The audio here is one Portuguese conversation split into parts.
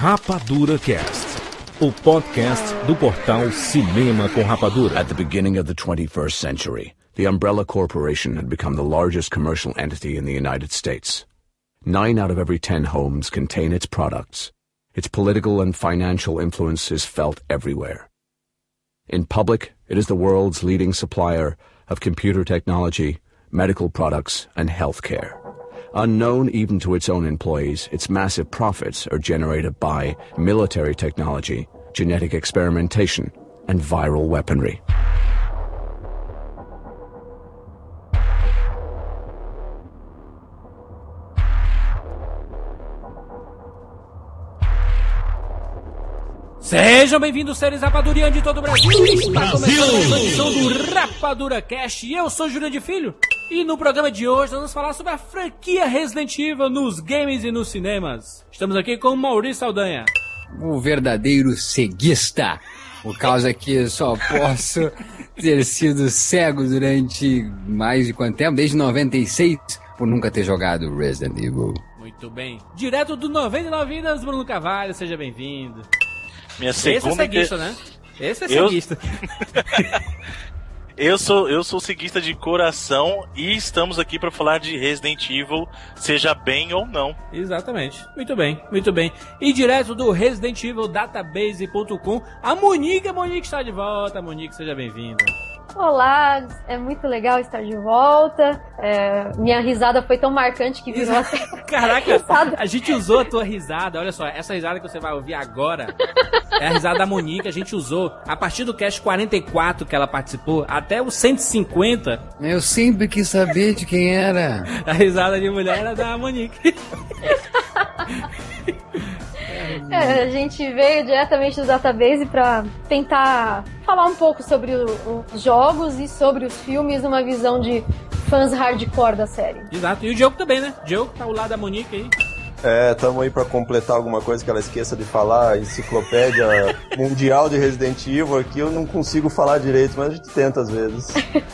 Rapadura Cast, o podcast do portal Cinema com Rapadura. At the beginning of the 21st century, the Umbrella Corporation had become the largest commercial entity in the United States. 9 out of every 10 homes contain its products. Its political and financial influence is felt everywhere. In public, it is the world's leading supplier of computer technology, medical products, and healthcare. Unknown even to its own employees, its massive profits are generated by military technology, genetic experimentation, and viral weaponry. Sejam bem-vindos, seres rapadurianos de todo o Brasil. Está começando a edição do Rapadura Cast. E eu sou Júlio de Filho. E no programa de hoje nós vamos falar sobre a franquia Resident Evil nos games e nos cinemas. Estamos aqui com o Maurício Saldanha. O verdadeiro ceguista. Por causa que só posso ter sido cego durante mais de quanto tempo? Desde 96, por nunca ter jogado Resident Evil. Muito bem. Direto do 99 Vidas, Bruno Carvalho, seja bem-vindo. Minha segunda. Esse é ceguista, né? Esse é ceguista. Eu sou ceguista de coração e estamos aqui para falar de Resident Evil, seja bem ou não. Exatamente. Muito bem, muito bem. E direto do Resident Evil Database.com, a Monique está de volta. Monique, seja bem-vinda. Olá, é muito legal estar de volta. Minha risada foi tão marcante que virou até... Caraca, a gente usou a tua risada. Olha só, essa risada que você vai ouvir agora é a risada da Monique. A gente usou a partir do cast 44 que ela participou até o 150. Eu sempre quis saber de quem era. A risada de mulher era da Monique. A gente veio diretamente do Database para tentar falar um pouco sobre os jogos e sobre os filmes numa visão de fãs hardcore da série. Exato, e o Diogo também, né? O Diogo tá ao lado da Monique aí. Tamo aí pra completar alguma coisa que ela esqueça de falar. A enciclopédia mundial de Resident Evil aqui eu não consigo falar direito, mas a gente tenta às vezes.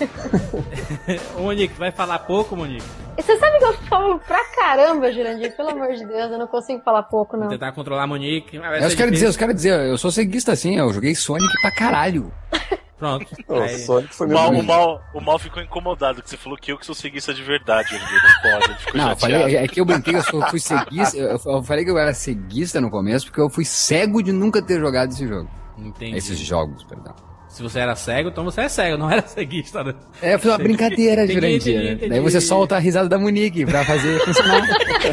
Ô Monique, vai falar pouco, Monique? Você sabe que eu falo pra caramba, Jurandir, pelo amor de Deus, eu não consigo falar pouco, não. Vou tentar controlar a Monique. Eu quero dizer, eu sou ceguista sim, eu joguei Sonic pra caralho. Pronto. Sonic foi O Mal ficou incomodado, que você falou que eu que sou ceguista de verdade. Não pode, ele ficou não, chateado. é que eu brinquei que eu fui ceguista. Eu falei que eu era ceguista no começo, porque eu fui cego de nunca ter jogado esse jogo. Entendi. Esses jogos, perdão. Se você era cego, então você é cego, não era ceguista, né? Eu fiz uma brincadeira, Jurandir. Daí você solta a risada da Monique pra fazer funcionar.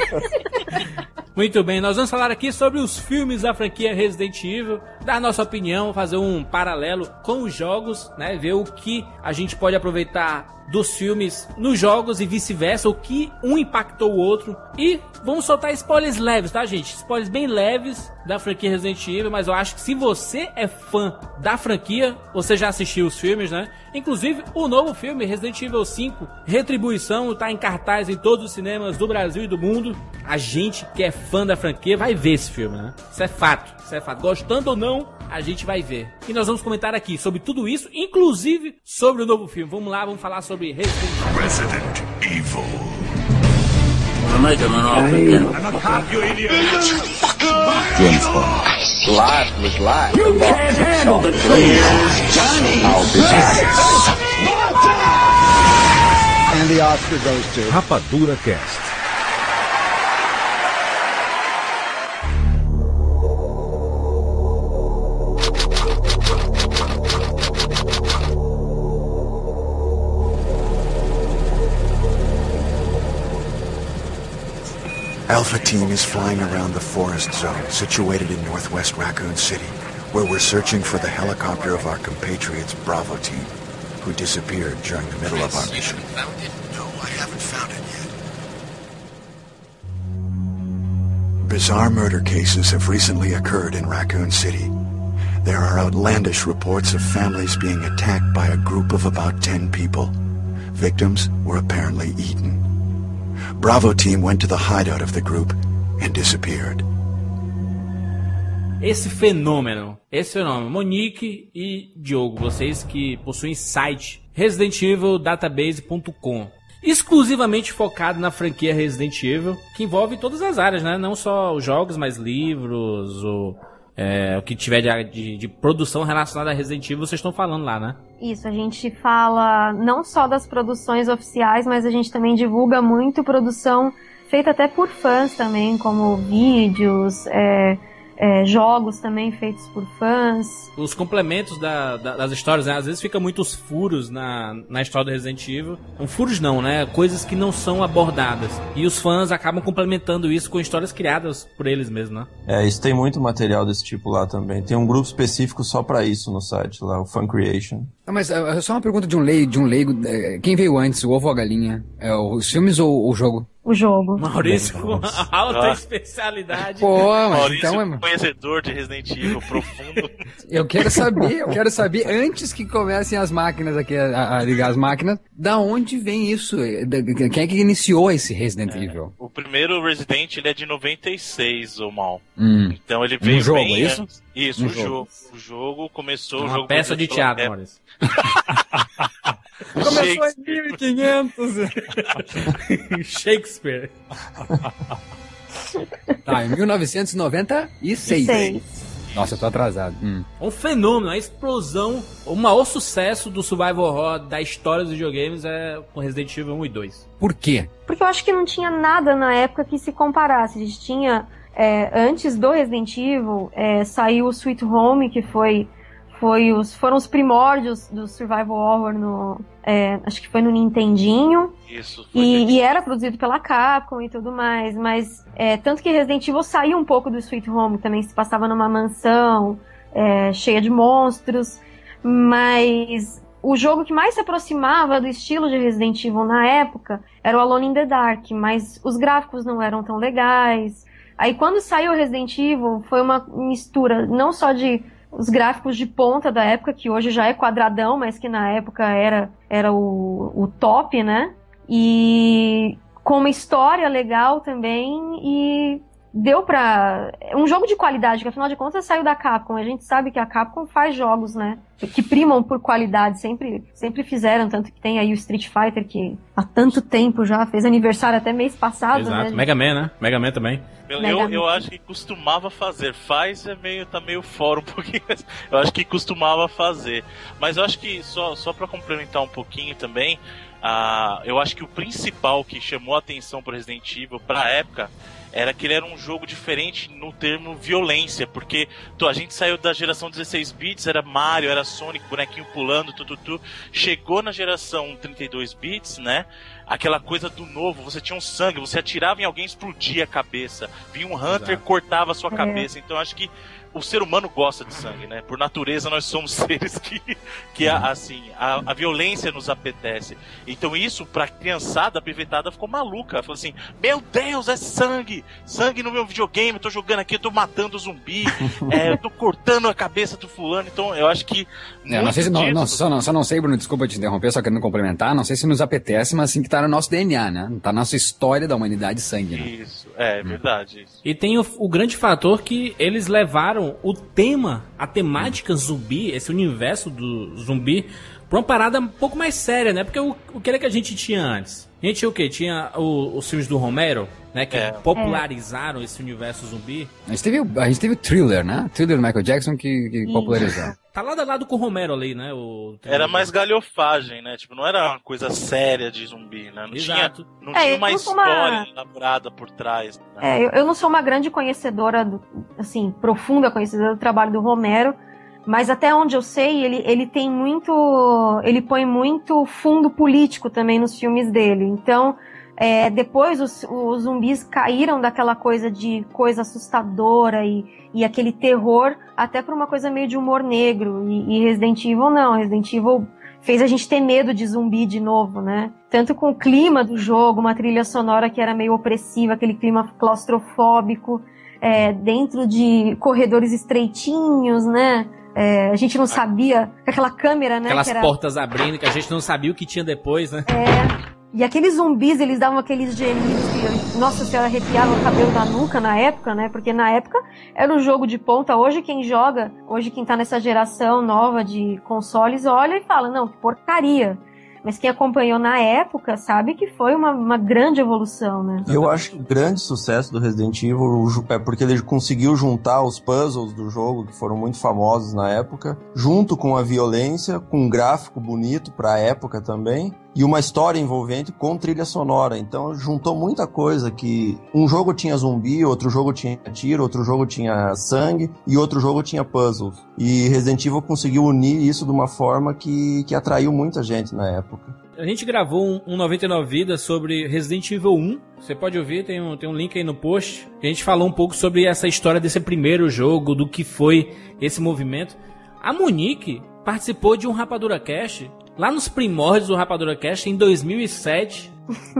Muito bem, nós vamos falar aqui sobre os filmes da franquia Resident Evil, dar nossa opinião, fazer um paralelo com os jogos, né? Ver o que a gente pode aproveitar dos filmes nos jogos e vice-versa, o que um impactou o outro. E vamos soltar spoilers leves, tá, gente? Spoilers bem leves da franquia Resident Evil, mas eu acho que se você é fã da franquia, você já assistiu os filmes, né? Inclusive, o novo filme, Resident Evil 5, Retribuição, tá em cartaz em todos os cinemas do Brasil e do mundo. A gente que é fã da franquia vai ver esse filme, né? Isso é fato, isso é fato. Gostando ou não, a gente vai ver. E nós vamos comentar aqui sobre tudo isso, inclusive sobre o novo filme. Vamos lá, vamos falar sobre Resident Evil. James Bond. Life was life. You can't handle the truth. Johnny. I'll be back. And the Oscar goes to Rapadura Cast. Alpha Team is flying around the forest zone situated in northwest Raccoon City, where we're searching for the helicopter of our compatriots Bravo Team, who disappeared during the middle of our mission. No, I haven't found it yet. Bizarre murder cases have recently occurred in Raccoon City. There are outlandish reports of families being attacked by a group of about 10 people. Victims were apparently eaten. Bravo Team went to the hideout of the group and disappeared. Esse fenômeno, Monique e Diogo, vocês que possuem site Resident Evil Database.com. exclusivamente focado na franquia Resident Evil, que envolve todas as áreas, né? Não só os jogos, mas livros, o que tiver de produção relacionada a Resident Evil, vocês estão falando lá, né? Isso, a gente fala não só das produções oficiais, mas a gente também divulga muito produção feita até por fãs também, como vídeos, jogos também feitos por fãs. Os complementos das histórias, né? Às vezes fica muitos furos na história do Resident Evil. Furos não, né? Coisas que não são abordadas. E os fãs acabam complementando isso com histórias criadas por eles mesmos, né? Isso tem muito material desse tipo lá também. Tem um grupo específico só pra isso no site lá, o Fan Creation. Mas só uma pergunta de um leigo. Quem veio antes, o ovo ou a galinha? Os filmes ou o jogo? O jogo. Maurício com alta especialidade. Pô, mas Maurício, então conhecedor de Resident Evil profundo. Eu quero saber, antes que comecem as máquinas aqui a ligar as máquinas, da onde vem isso? Quem é que iniciou esse Resident Evil? O primeiro Resident, ele é de 96, ou mal. Então ele Um veio jogo, bem isso? antes. Isso, Um o jogo. jogo. O jogo começou... Uma o jogo peça de teatro, Maurício. Começou em 1500. Shakespeare. Tá, em 1996. Nossa, eu tô atrasado. Um fenômeno, a explosão, o maior sucesso do survival horror da história dos videogames é com Resident Evil 1 e 2. Por quê? Porque eu acho que não tinha nada na época que se comparasse. A gente tinha, antes do Resident Evil, saiu o Sweet Home, que foram os primórdios do survival horror acho que foi no Nintendinho. Isso. E era produzido pela Capcom e tudo mais, mas tanto que Resident Evil saiu um pouco do Sweet Home, também se passava numa mansão cheia de monstros, mas o jogo que mais se aproximava do estilo de Resident Evil na época era o Alone in the Dark, mas os gráficos não eram tão legais. Aí quando saiu o Resident Evil, foi uma mistura não só de os gráficos de ponta da época, que hoje já é quadradão, mas que na época era o top, né? E com uma história legal também, e deu pra... um jogo de qualidade, que afinal de contas saiu da Capcom. A gente sabe que a Capcom faz jogos, né? Que primam por qualidade, sempre fizeram, tanto que tem aí o Street Fighter, que há tanto tempo já, fez aniversário até mês passado. Exato, né? Mega Man, né? Mega Man também. Eu acho que costumava fazer. Tá meio fora um pouquinho. Eu acho que costumava fazer. Mas eu acho que, só pra complementar um pouquinho também, eu acho que o principal que chamou a atenção pro Resident Evil pra época era que ele era um jogo diferente no termo violência, porque a gente saiu da geração 16 bits, era Mario, era Sonic, bonequinho pulando, chegou na geração 32 bits, né? Aquela coisa do novo, você tinha um sangue, você atirava em alguém, explodia a cabeça, vinha um Hunter, Exato. Cortava a sua cabeça. Então acho que o ser humano gosta de sangue, né? Por natureza nós somos seres que a violência nos apetece. Então isso, pra criançada, a pivetada ficou maluca. Falou assim, meu Deus, é sangue! Sangue no meu videogame, eu tô jogando aqui, eu tô matando zumbi, eu tô cortando a cabeça do fulano. Então eu acho que... não sei só não sei, Bruno, desculpa te interromper, só querendo complementar, não sei se nos apetece, mas assim que tá no nosso DNA, né? Tá na nossa história da humanidade sangue, né? Isso, é verdade. Isso. E tem o grande fator que eles levaram o tema, a temática zumbi, esse universo do zumbi, pra uma parada um pouco mais séria, né? Porque o que era que a gente tinha antes? A gente tinha o quê? Tinha os filmes do Romero, né? Que popularizaram esse universo zumbi. A gente teve o Thriller, né? Thriller do Michael Jackson que popularizou. Tá lado a lado com o Romero ali, né? Era mais galhofagem, né? Tipo, não era uma coisa séria de zumbi, né? Exato. Não tinha uma história elaborada por trás. Né? Eu não sou uma grande conhecedora, profunda conhecedora do trabalho do Romero, mas até onde eu sei, ele tem muito... ele põe muito fundo político também nos filmes dele. Então, depois os zumbis caíram daquela coisa assustadora e aquele terror até para uma coisa meio de humor negro. E Resident Evil não. Resident Evil fez a gente ter medo de zumbi de novo, né? Tanto com o clima do jogo, uma trilha sonora que era meio opressiva, aquele clima claustrofóbico, dentro de corredores estreitinhos, né? A gente não sabia, aquela câmera, né? Aquelas portas abrindo, que a gente não sabia o que tinha depois, né? E aqueles zumbis, eles davam aqueles gemidos que, nossa senhora, arrepiava o cabelo da nuca na época, né? Porque na época era um jogo de ponta. Hoje quem tá nessa geração nova de consoles olha e fala, não, que porcaria. mas quem acompanhou na época sabe que foi uma grande evolução, né? Eu acho que o grande sucesso do Resident Evil é porque ele conseguiu juntar os puzzles do jogo, que foram muito famosos na época, junto com a violência, com um gráfico bonito pra época também, e uma história envolvente com trilha sonora. Então juntou muita coisa, que um jogo tinha zumbi, outro jogo tinha tiro, outro jogo tinha sangue e outro jogo tinha puzzles. E Resident Evil conseguiu unir isso de uma forma que atraiu muita gente na época. A gente gravou um 99 Vidas sobre Resident Evil 1. Você pode ouvir, tem um link aí no post. A gente falou um pouco sobre essa história desse primeiro jogo, do que foi esse movimento. A Monique participou de um Rapadura Cast lá nos primórdios do Rapadura Cast, em 2007,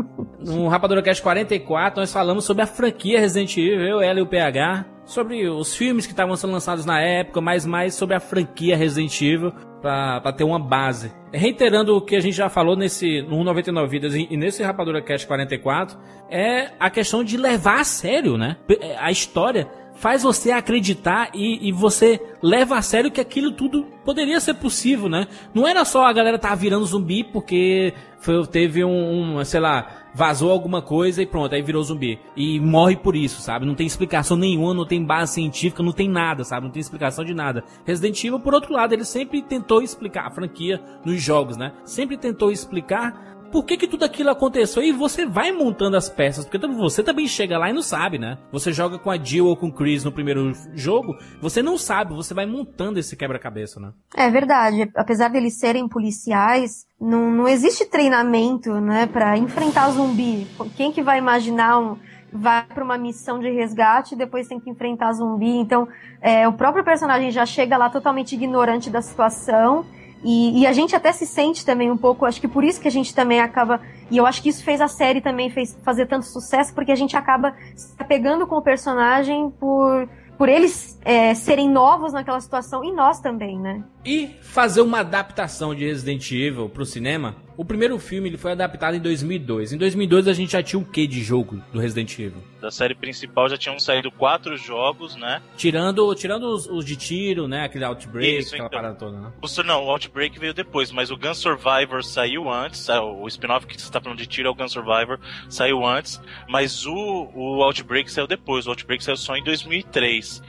no Rapadura Cast 44, nós falamos sobre a franquia Resident Evil, ela e o PH, sobre os filmes que estavam sendo lançados na época, mas mais sobre a franquia Resident Evil, pra ter uma base. Reiterando o que a gente já falou no 99 Vidas e nesse Rapadura Cast 44, é a questão de levar a sério, né? A história faz você acreditar e você leva a sério que aquilo tudo poderia ser possível, né? Não era só a galera tá virando zumbi porque teve sei lá, vazou alguma coisa e pronto, aí virou zumbi. E morre por isso, sabe? Não tem explicação nenhuma, não tem base científica, não tem nada, sabe? Não tem explicação de nada. Resident Evil, por outro lado, ele sempre tentou explicar, a franquia nos jogos, né? Sempre tentou explicar por que tudo aquilo aconteceu, e você vai montando as peças, porque você também chega lá e não sabe, né? Você joga com a Jill ou com o Chris no primeiro jogo, você não sabe, você vai montando esse quebra-cabeça, né? É verdade, apesar deles serem policiais, não existe treinamento, né, pra enfrentar zumbi. Quem que vai imaginar vai pra uma missão de resgate e depois tem que enfrentar zumbi? Então, o próprio personagem já chega lá totalmente ignorante da situação. E a gente até se sente também um pouco, acho que por isso que a gente também acaba, e eu acho que isso fez a série também fazer tanto sucesso, porque a gente acaba se apegando com o personagem por eles serem novos naquela situação, e nós também, né? E fazer uma adaptação de Resident Evil pro cinema. O primeiro filme ele foi adaptado em 2002. Em 2002 a gente já tinha o quê de jogo do Resident Evil? Da série principal já tinham saído 4 jogos, né? Tirando os de tiro, né? Aquele Outbreak, isso, aquela então, parada toda, né? Não, o Outbreak veio depois, mas o Gun Survivor saiu antes. O spin-off que você tá falando de tiro é o Gun Survivor, saiu antes. Mas o Outbreak saiu depois. O Outbreak saiu só em 2003.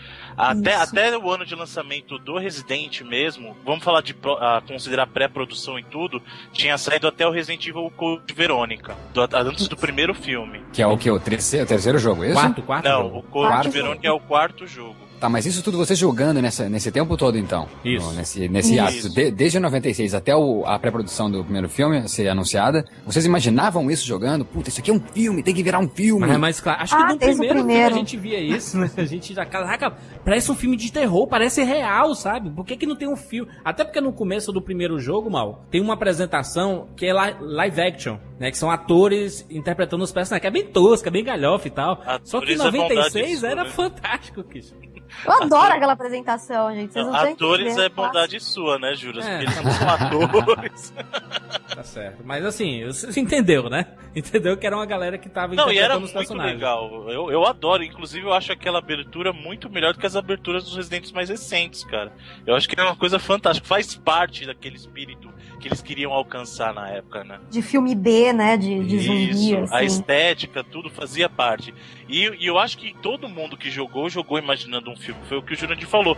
Até o ano de lançamento do Resident mesmo, vamos falar de considerar pré-produção e tudo, tinha saído até o Resident Evil Code Verônica, antes do primeiro filme. Que é o que? O terceiro jogo, é isso? Quarto Não, jogo. o Code Verônica é o 4º jogo. Tá, mas isso tudo você jogando nesse tempo todo, então? Isso. Nesse ato. Desde 96 até a pré-produção do primeiro filme ser anunciada, vocês imaginavam isso jogando? Puta, isso aqui é um filme, tem que virar um filme. Mas claro, acho que no primeiro filme a gente via isso, né? A gente já, caraca, parece um filme de terror, parece real, sabe? Por que não tem um filme? Até porque no começo do primeiro jogo, Mal, tem uma apresentação que é live action, né? Que são atores interpretando os personagens, que é bem tosca, bem galhofa e tal. Só que em 96 era fantástico, Kish. Eu adoro aquela apresentação, gente. Vocês não atores é bondade sua, né, Júlia? Porque eles não são atores. Tá certo. Mas assim, você entendeu, né? Entendeu que era uma galera que tava interpretando os personagens. Não, e era muito legal. Eu adoro. Inclusive, eu acho aquela abertura muito melhor do que as aberturas dos Residentes mais recentes, cara. Eu acho que é uma coisa fantástica. Faz parte daquele espírito que eles queriam alcançar na época, né? De filme B, né? De zumbi, assim. A estética, tudo fazia parte. E eu acho que todo mundo que jogou imaginando um filme. Foi o que o Jurandir falou.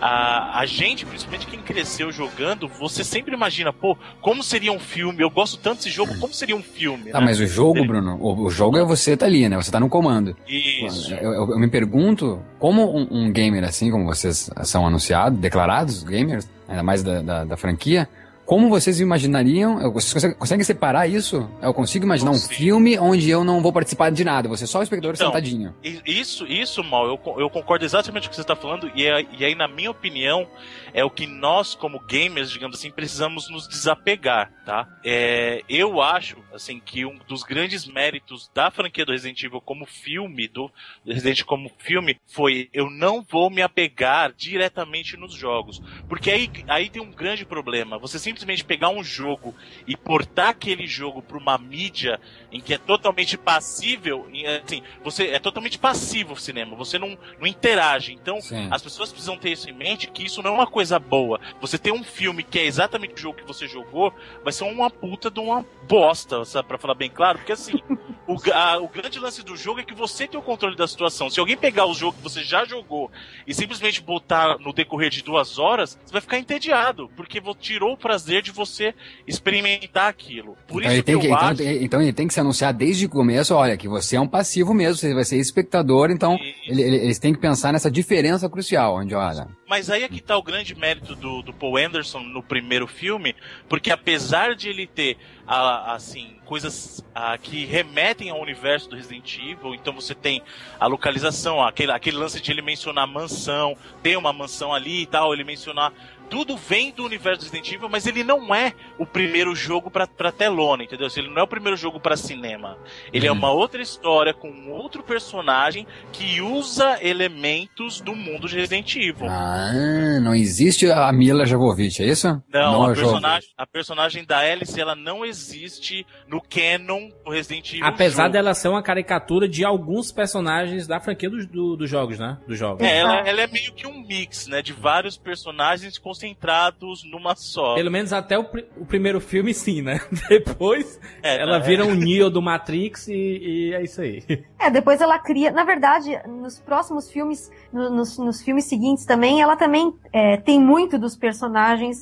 A gente, principalmente quem cresceu jogando, você sempre imagina, pô, como seria um filme? Eu gosto tanto desse jogo, como seria um filme? Tá, né? Mas o jogo, Bruno, o jogo é você tá ali, né? Você tá no comando. Isso. Eu me pergunto, como um gamer assim, como vocês são anunciados, declarados gamers, ainda mais da franquia, como vocês imaginariam? Vocês conseguem separar isso? Eu consigo imaginar um filme onde eu não vou participar de nada, você é só o espectador sentadinho. Isso, Mal, eu concordo exatamente com o que você está falando, e aí, na minha opinião, é o que nós, como gamers, digamos assim, precisamos nos desapegar, tá? Eu acho, assim, que um dos grandes méritos da franquia do Resident Evil como filme, do Resident como filme, foi eu não vou me apegar diretamente nos jogos. Porque aí tem um grande problema. Você simplesmente simplesmente pegar um jogo e portar aquele jogo para uma mídia em que é totalmente passível, assim, você é totalmente passivo o cinema, você não interage. Então, as pessoas precisam ter isso em mente, que isso não é uma coisa boa. Você tem um filme que é exatamente o jogo que você jogou, vai ser uma puta de uma bosta, sabe, pra falar bem claro, porque assim, o grande lance do jogo é que você tem o controle da situação. Se alguém pegar o jogo que você já jogou e simplesmente botar no decorrer de 2 horas, você vai ficar entediado, porque tirou o prazer de você experimentar aquilo. Por isso então ele tem que se anunciar desde o começo, olha, que você é um passivo mesmo, você vai ser espectador, então eles têm que pensar nessa diferença crucial, onde, olha... Mas aí é que tá o grande mérito do Paul Anderson no primeiro filme, porque apesar de ele ter, assim, coisas que remetem ao universo do Resident Evil, então você tem a localização, aquele lance de ele mencionar mansão, tem uma mansão ali e tal, ele mencionar... Tudo vem do universo do Resident Evil, mas ele não é o primeiro jogo pra telona, entendeu? Ele não é o primeiro jogo pra cinema. Ele é uma outra história com outro personagem que usa elementos do mundo de Resident Evil. Não existe a Mila Jovovich, é isso? Não, a personagem da Alice, ela não existe no canon do Resident Evil. Apesar dela ser uma caricatura de alguns personagens da franquia dos jogos, né? Dos jogos. Ela é meio que um mix, né? De vários personagens concentrados numa só. Pelo menos até o primeiro filme, sim, né? Depois ela vira um Neo do Matrix e é isso aí. Depois ela cria... Na verdade, nos próximos filmes, nos filmes seguintes também, ela também tem muito dos personagens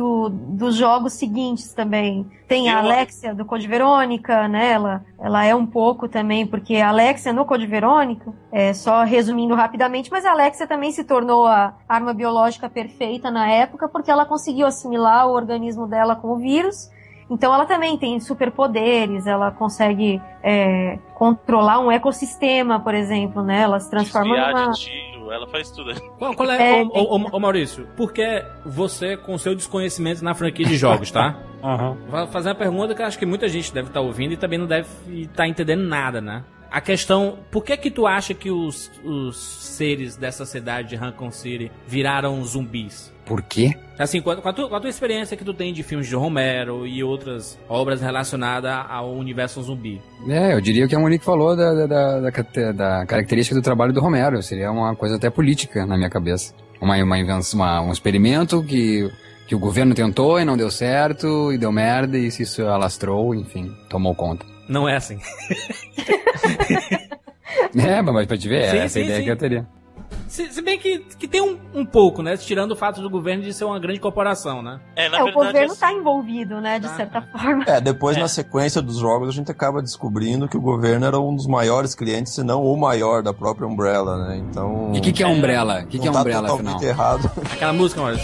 dos jogos seguintes também. Tem a Alexia do Code Verônica, né? Ela é um pouco também, porque a Alexia no Code Verônica, só resumindo rapidamente, mas a Alexia também se tornou a arma biológica perfeita na época, porque ela conseguiu assimilar o organismo dela com o vírus. Então ela também tem superpoderes, ela consegue controlar um ecossistema, por exemplo, né? Ela se transforma numa... Ela faz tudo. Qual é, ô Maurício, por que você, com seu desconhecimento na franquia de jogos, tá? Vou fazer uma pergunta que eu acho que muita gente deve estar ouvindo e também não deve estar entendendo nada, né? A questão, por que tu acha que os seres dessa cidade de Raccoon City viraram zumbis? Por quê? Assim, com a tua experiência que tu tem de filmes de Romero e outras obras relacionadas ao universo zumbi. Eu diria que a Monique falou da característica do trabalho do Romero. Seria uma coisa até política na minha cabeça. Uma invenção, um experimento que o governo tentou e não deu certo, e deu merda, e isso alastrou, enfim, tomou conta. Não é assim. Mas pra te ver, essa é a ideia que eu teria. Se bem que tem um pouco, né? Tirando o fato do governo de ser uma grande corporação, né? Na verdade, o governo tá envolvido, né? De certa forma. Depois na sequência dos jogos a gente acaba descobrindo que o governo era um dos maiores clientes, se não o maior da própria Umbrella, né? Então... E o que é Umbrella? O que é Umbrella, afinal? Errado. Aquela música, Maurício.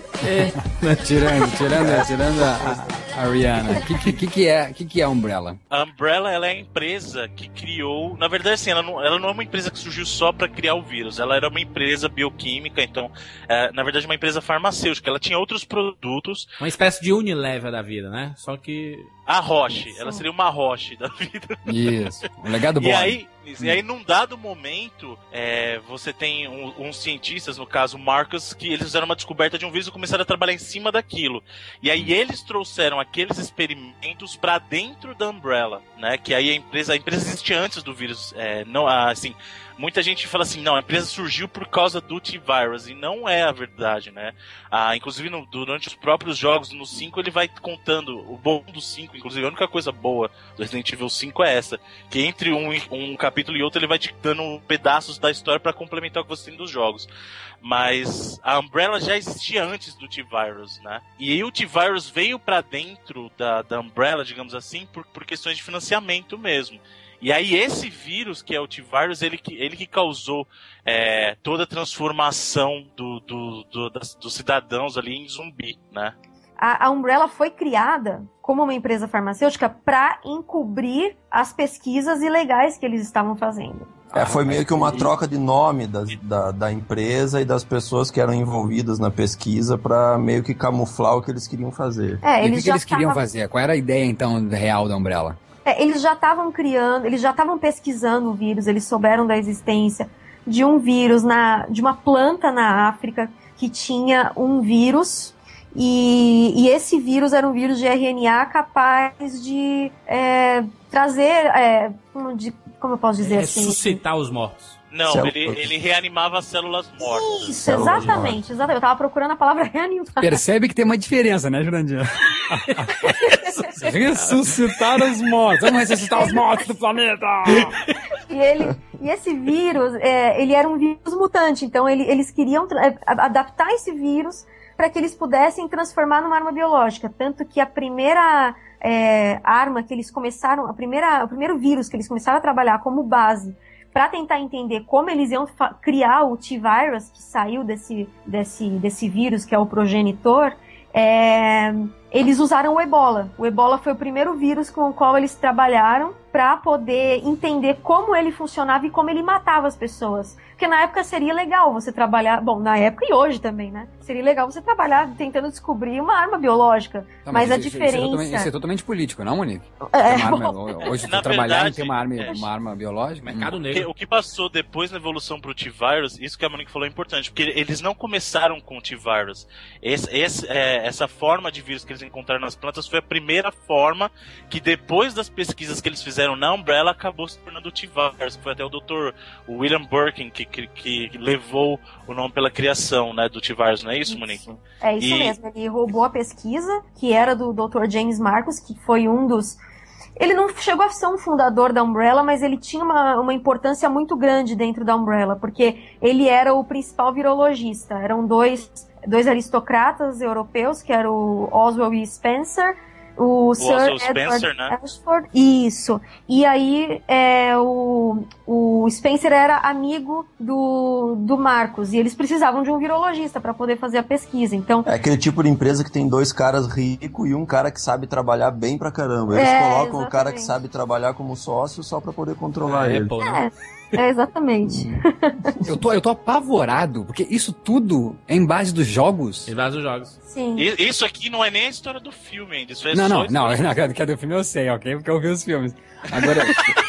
Tirando a Rihanna. O que é a Umbrella? A Umbrella, ela é a empresa que criou... Na verdade, assim, ela não é uma empresa que surgiu só pra criar o vírus. Ela era uma empresa bioquímica, então... na verdade, uma empresa farmacêutica. Ela tinha outros produtos... Uma espécie de Unilever da vida, né? Só que... A Roche. Ela seria uma Roche da vida. Isso. Um legado bom. E aí, num dado momento, você tem uns cientistas, no caso Marcus, que eles fizeram uma descoberta de um vírus e começaram a trabalhar em cima daquilo. E aí eles trouxeram aqueles experimentos pra dentro da Umbrella, né? Que aí a empresa existia antes do vírus. Não, assim, muita gente fala assim, não, a empresa surgiu por causa do T-Virus, e não é a verdade, né? Inclusive, durante os próprios jogos, no 5, ele vai contando, o bom do 5, inclusive, a única coisa boa do Resident Evil 5 é essa, que entre um capítulo e outro, ele vai te dando pedaços da história pra complementar o que você tem dos jogos. Mas a Umbrella já existia antes do T-Virus, né? E aí o T-Virus veio pra dentro da Umbrella, digamos assim, por questões de financiamento mesmo. E aí esse vírus, que é o T-Virus, ele que causou toda a transformação dos cidadãos ali em zumbi, né? A Umbrella foi criada como uma empresa farmacêutica para encobrir as pesquisas ilegais que eles estavam fazendo. Foi meio que uma troca de nome da empresa e das pessoas que eram envolvidas na pesquisa para meio que camuflar o que eles queriam fazer. E o que eles queriam fazer? Qual era a ideia, então, real da Umbrella? Eles já estavam eles já estavam pesquisando o vírus, eles souberam da existência de um vírus, de uma planta na África que tinha um vírus E esse vírus era um vírus de RNA capaz de trazer, como eu posso dizer assim? Ressuscitar os mortos. Não, ele reanimava as células mortas. Isso, exatamente. Eu tava procurando a palavra reanimar. Percebe que tem uma diferença, né, Jurandir? Ressuscitar os mortos. Vamos ressuscitar os mortos do planeta! E esse vírus, ele era um vírus mutante, então eles queriam adaptar esse vírus para que eles pudessem transformar numa arma biológica. Tanto que a primeira arma que eles começaram, o primeiro vírus que eles começaram a trabalhar como base para tentar entender como eles iam criar o T-Virus, que saiu desse vírus, que é o progenitor, eles usaram o Ebola. O Ebola foi o primeiro vírus com o qual eles trabalharam para poder entender como ele funcionava e como ele matava as pessoas. Porque na época seria legal você trabalhar... Bom, na época e hoje também, né? Seria legal você trabalhar tentando descobrir uma arma biológica. Tá, mas a diferença... Isso é totalmente político, não, Monique? Hoje você trabalhar em ter uma arma biológica... Mercado negro. O que passou depois na evolução pro T-Virus, isso que a Monique falou é importante, porque eles não começaram com o T-Virus. Essa forma de vírus que eles encontraram nas plantas foi a primeira forma que depois das pesquisas que eles fizeram na Umbrella acabou se tornando o T-Virus. Foi até o Dr. William Birkin que levou o nome pela criação, né, do T-Virus, não é isso, Monique? É isso mesmo, ele roubou a pesquisa, que era do Dr. James Marcus, que foi um dos... Ele não chegou a ser um fundador da Umbrella, mas ele tinha uma importância muito grande dentro da Umbrella, porque ele era o principal virologista. Eram dois aristocratas europeus, que eram o Oswald e Spencer, o Sir Edward Spencer, né? Ashford. Isso. E aí o Spencer era amigo do Marcos, e eles precisavam de um virologista para poder fazer a pesquisa. Então, é aquele tipo de empresa que tem dois caras ricos e um cara que sabe trabalhar bem pra caramba. Eles colocam exatamente o cara que sabe trabalhar como sócio só pra poder controlar ele. Exatamente. Eu tô apavorado, porque isso tudo é em base dos jogos. Em base dos jogos. Sim. Isso aqui não é nem a história do filme ainda. Isso é não, que é do filme eu sei, ok? Porque eu vi os filmes. Agora...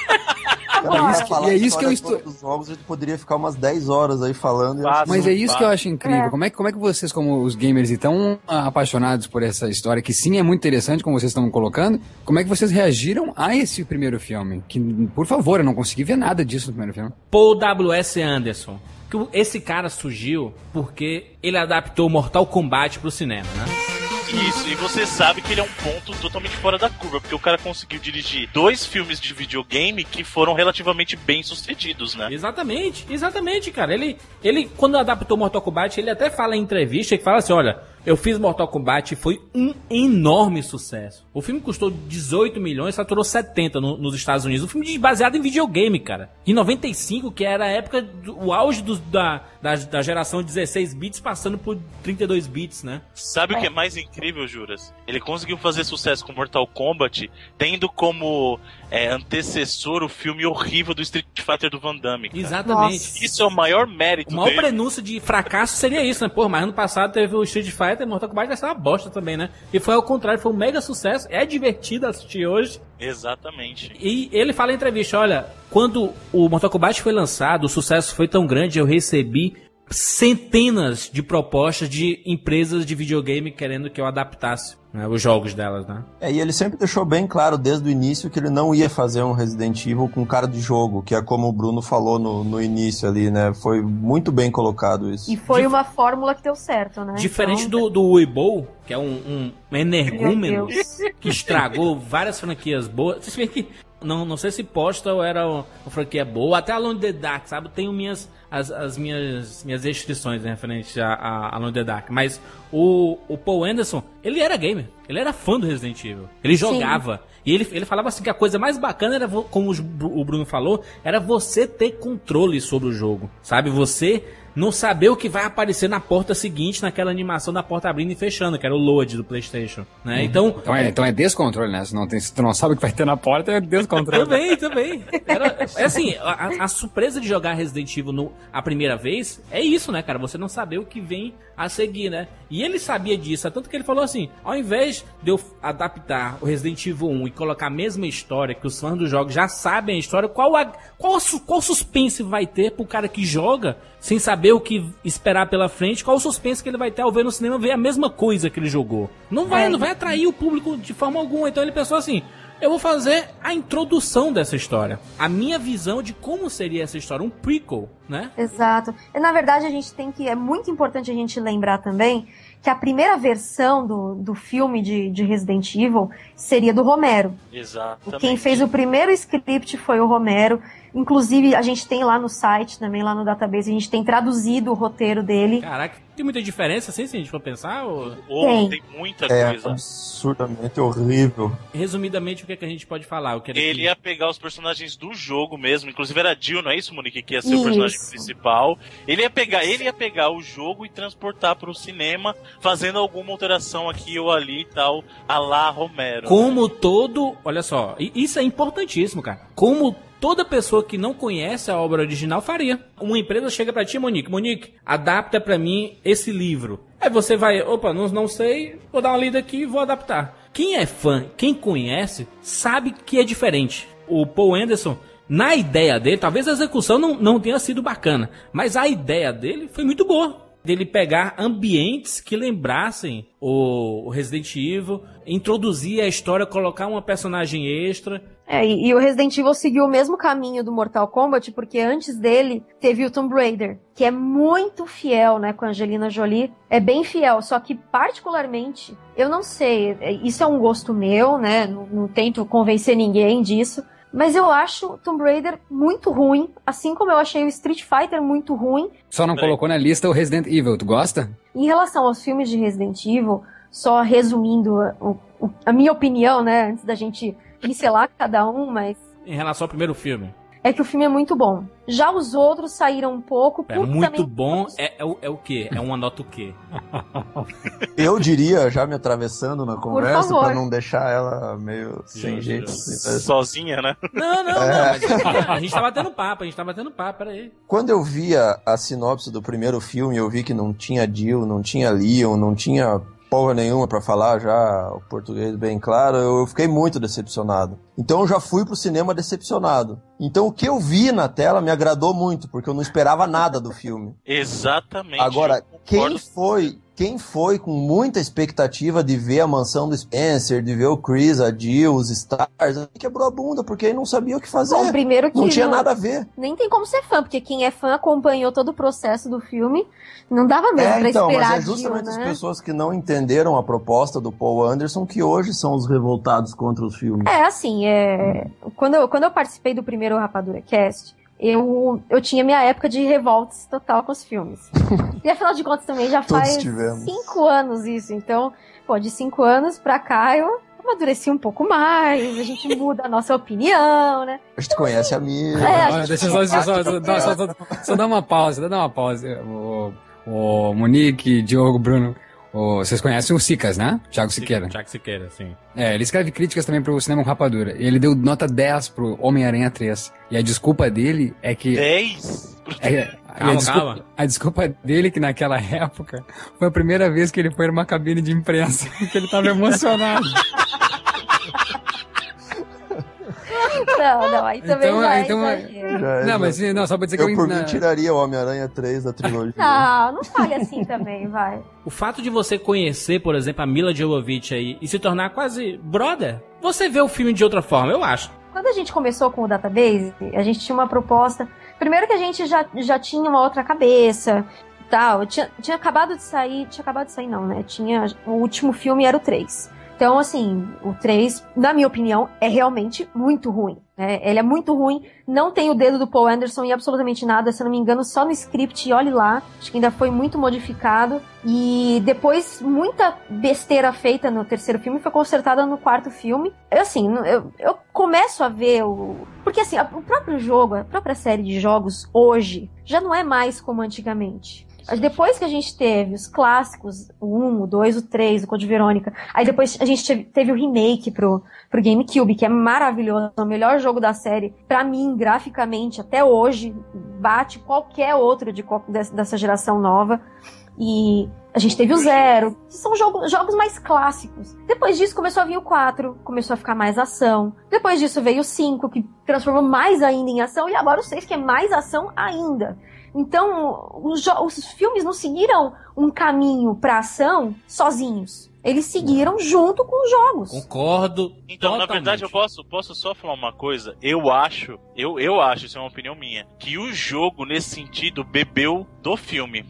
é isso que eu estou... Dos jogos, a gente poderia ficar umas 10 horas aí falando. Mas é isso que eu acho incrível. Como é que vocês, como os gamers, e tão apaixonados por essa história, que sim é muito interessante, como vocês estão colocando, como é que vocês reagiram a esse primeiro filme? Que, por favor, eu não consegui ver nada disso no primeiro filme. Paul W.S. Anderson. Esse cara surgiu porque ele adaptou Mortal Kombat pro cinema, né? Isso, e você sabe que ele é um ponto totalmente fora da curva, porque o cara conseguiu dirigir 2 filmes de videogame que foram relativamente bem sucedidos, né? Exatamente, cara. Ele quando adaptou Mortal Kombat, ele até fala em entrevista, que fala assim, olha, eu fiz Mortal Kombat e foi um enorme sucesso. O filme custou 18 milhões, faturou 70 nos Estados Unidos. Um filme baseado em videogame, cara. Em 95, que era a época, o auge da geração 16 bits passando por 32 bits, né? Sabe o que é mais incrível, Juras? Ele conseguiu fazer sucesso com Mortal Kombat, tendo como antecessor o filme horrível do Street Fighter do Van Damme, cara. Exatamente. Nossa. Isso é o maior mérito dele. O maior dele. prenúncio de fracasso seria isso, né? Pô, mas ano passado teve o Street Fighter, Mortal Kombat vai ser uma bosta também, né? E foi ao contrário, foi um mega sucesso. É divertido assistir hoje. Exatamente. E ele fala em entrevista, olha, quando o Mortal Kombat foi lançado, o sucesso foi tão grande, eu recebi centenas de propostas de empresas de videogame querendo que eu adaptasse, né, os jogos delas, né? E ele sempre deixou bem claro desde o início que ele não ia fazer um Resident Evil com cara de jogo, que é como o Bruno falou no início ali, né? Foi muito bem colocado isso. E foi uma fórmula que deu certo, né? Diferente do Weeble, que é um energúmeno que estragou várias franquias boas. Vocês veem que não sei se Postal era uma franquia boa, até Alone in the Dark, sabe? Tenho minhas restrições, né, referente a Alone in the Dark, mas o Paul Anderson, ele era gamer, ele era fã do Resident Evil, ele jogava. Sim. E ele falava assim que a coisa mais bacana era, como o Bruno falou, era você ter controle sobre o jogo, sabe? Você não saber o que vai aparecer na porta seguinte, naquela animação da porta abrindo e fechando, que era o load do PlayStation, né? Então é descontrole, né? Se tu não sabe o que vai ter na porta, é descontrole. Também. É assim, a surpresa de jogar Resident Evil a primeira vez é isso, né, cara? Você não saber o que vem a seguir, né? E ele sabia disso, tanto que ele falou assim, ao invés de eu adaptar o Resident Evil 1 e colocar a mesma história, que os fãs dos jogos já sabem a história, qual suspense vai ter pro cara que joga sem saber saber o que esperar pela frente, qual o suspense que ele vai ter ao ver no cinema, ver a mesma coisa que ele jogou. Não vai atrair o público de forma alguma. Então ele pensou assim, eu vou fazer a introdução dessa história. A minha visão de como seria essa história, um prequel, né? Exato. E, na verdade, é muito importante a gente lembrar também que a primeira versão do filme de Resident Evil seria do Romero. Exatamente. Quem fez o primeiro script foi o Romero. Inclusive, a gente tem lá no site, também lá no database, a gente tem traduzido o roteiro dele. Caraca, tem muita diferença, assim, se a gente for pensar? Tem muita coisa. É absurdamente horrível. Resumidamente, o que a gente pode falar? Ele ia pegar os personagens do jogo mesmo, inclusive era a Jill, não é isso, Monique, que ia ser o personagem principal. Ele ia pegar o jogo e transportar pro cinema, fazendo alguma alteração aqui ou ali e tal, a la Romero. Como todo... Olha só, isso é importantíssimo, cara. Como toda pessoa que não conhece a obra original faria. Uma empresa chega pra ti, Monique, adapta pra mim esse livro. Aí você vai, não sei, vou dar uma lida aqui e vou adaptar. Quem é fã, quem conhece, sabe que é diferente. O Paul Anderson, na ideia dele, talvez a execução não tenha sido bacana, mas a ideia dele foi muito boa. Dele pegar ambientes que lembrassem o Resident Evil, introduzir a história, colocar uma personagem extra. E o Resident Evil seguiu o mesmo caminho do Mortal Kombat, porque antes dele teve o Tomb Raider, que é muito fiel, né, com a Angelina Jolie. É bem fiel, só que particularmente, eu não sei, isso é um gosto meu, né, não tento convencer ninguém disso, mas eu acho Tomb Raider muito ruim, assim como eu achei o Street Fighter muito ruim. Só não colocou na lista o Resident Evil, tu gosta? Em relação aos filmes de Resident Evil, só resumindo a minha opinião, né, antes da gente pincelar cada um, mas... Em relação ao primeiro filme. É que o filme é muito bom. Já os outros saíram um pouco... muito bom é o quê? É uma nota o quê? Eu diria, já me atravessando na conversa, pra não deixar ela meio sem jeito. Sozinha, né? Não, mas a gente tá batendo papo, peraí. Quando eu via a sinopse do primeiro filme, eu vi que não tinha Jill, não tinha Leon, não tinha porra nenhuma pra falar já o português bem claro, eu fiquei muito decepcionado. Então eu já fui pro cinema decepcionado. Então o que eu vi na tela me agradou muito, porque eu não esperava nada do filme. Exatamente. Agora, quem foi com muita expectativa de ver a mansão do Spencer, de ver o Chris, a Jill, os Stars, quebrou a bunda, porque aí não sabia o que fazer. Bom, primeiro que não tinha nada a ver. Nem tem como ser fã, porque quem é fã acompanhou todo o processo do filme, não dava mesmo pra esperar. Mas é justamente Jill, né? as pessoas que não entenderam a proposta do Paul Anderson que hoje são os revoltados contra os filmes. Quando eu participei do primeiro Rapadura Cast, eu tinha minha época de revoltas total com os filmes. E afinal de contas também já faz 5 anos isso. Então, de 5 anos pra cá eu amadureci um pouco mais, a gente muda a nossa opinião, né? A gente conhece a minha. Deixa só dar uma pausa, O Monique, Diogo, Bruno. Vocês conhecem o Sicas, né? Thiago Siqueira. Thiago Siqueira, sim. Ele escreve críticas também pro Cinema com Rapadura. Ele deu nota 10 pro Homem-Aranha 3. E a desculpa dele é que... 10? Calma. A desculpa dele é que naquela época foi a primeira vez que ele foi numa cabine de imprensa. Porque ele tava emocionado. Não, aí também só pra dizer que eu por mim tiraria o Homem-Aranha 3 da trilogia. Não fale assim também, vai. O fato de você conhecer, por exemplo, a Mila Jovovich aí e se tornar quase brother, você vê o filme de outra forma, eu acho. Quando a gente começou com o Database, a gente tinha uma proposta. Primeiro que a gente já tinha uma outra cabeça, tal. Tinha acabado de sair não, né? O último filme era o 3. Então, assim, o 3, na minha opinião, é realmente muito ruim. Né? Ele é muito ruim, não tem o dedo do Paul Anderson em absolutamente nada, se eu não me engano, só no script, e olhe lá, acho que ainda foi muito modificado. E depois, muita besteira feita no terceiro filme foi consertada no quarto filme. Eu começo a ver Porque, assim, o próprio jogo, a própria série de jogos, hoje, já não é mais como antigamente. Depois que a gente teve os clássicos, o 1, o 2, o 3, o Code Verônica, aí depois a gente teve o remake pro GameCube, que é maravilhoso, é o melhor jogo da série. Pra mim, graficamente, até hoje, bate qualquer outro dessa geração nova. E a gente teve o Zero, que são jogos mais clássicos. Depois disso começou a vir o 4, começou a ficar mais ação. Depois disso veio o 5, que transformou mais ainda em ação. E agora o 6, que é mais ação ainda. Então, os filmes não seguiram um caminho pra ação sozinhos. Eles seguiram junto com os jogos. Concordo. Então, totalmente. na verdade, eu posso só falar uma coisa. Eu acho, isso é uma opinião minha, que o jogo, nesse sentido, bebeu do filme.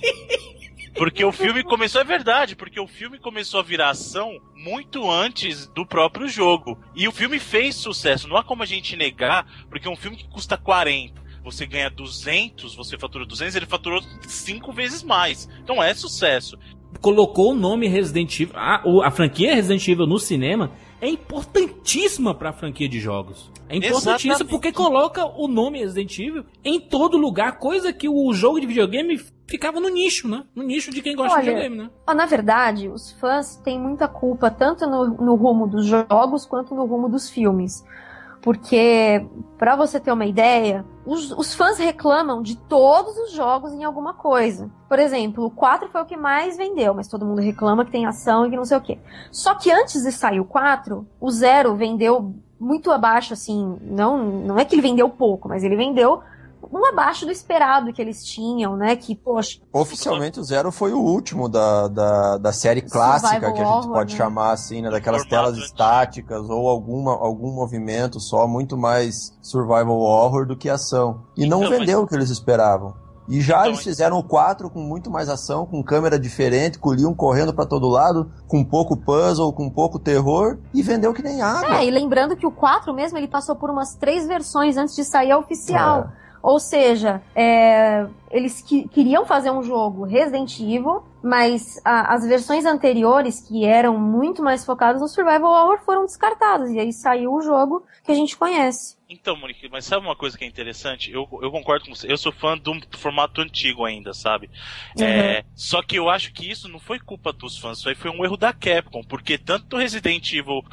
Porque o filme começou, é verdade, porque o filme começou a virar ação muito antes do próprio jogo. E o filme fez sucesso, não há como a gente negar, porque é um filme que custa 40. Você ganha 200, você fatura 200, ele faturou 5 vezes mais. Então é sucesso. Colocou o nome Resident Evil, a franquia Resident Evil no cinema é importantíssima pra franquia de jogos. É importantíssima. Exatamente. Porque coloca o nome Resident Evil em todo lugar, coisa que o jogo de videogame ficava no nicho, né? No nicho de quem gosta de videogame, né? Na verdade, os fãs têm muita culpa tanto no rumo dos jogos quanto no rumo dos filmes. Porque, pra você ter uma ideia, os fãs reclamam de todos os jogos em alguma coisa. Por exemplo, o 4 foi o que mais vendeu, mas todo mundo reclama que tem ação e que não sei o quê. Só que antes de sair o 4, o 0 vendeu muito abaixo, assim, não é que ele vendeu pouco, mas ele vendeu um abaixo do esperado que eles tinham, né? Que, poxa... Oficialmente o 0 foi o último da série clássica, que a gente pode chamar assim, né? Daquelas telas estáticas ou algum movimento só, muito mais survival horror do que ação. E não vendeu o que eles esperavam. E já eles fizeram o 4 com muito mais ação, com câmera diferente, com o Leon correndo pra todo lado, com pouco puzzle, com pouco terror, e vendeu que nem água. E lembrando que o 4 mesmo, ele passou por umas 3 versões antes de sair a oficial. Ou seja, eles queriam fazer um jogo Resident Evil, mas as versões anteriores, que eram muito mais focadas no survival horror, foram descartadas. E aí saiu o jogo que a gente conhece. Então, Monique, mas sabe uma coisa que é interessante? Eu concordo com você. Eu sou fã do formato antigo ainda, sabe? Uhum. Só que eu acho que isso não foi culpa dos fãs. Isso aí foi um erro da Capcom. Porque tanto o Resident Evil,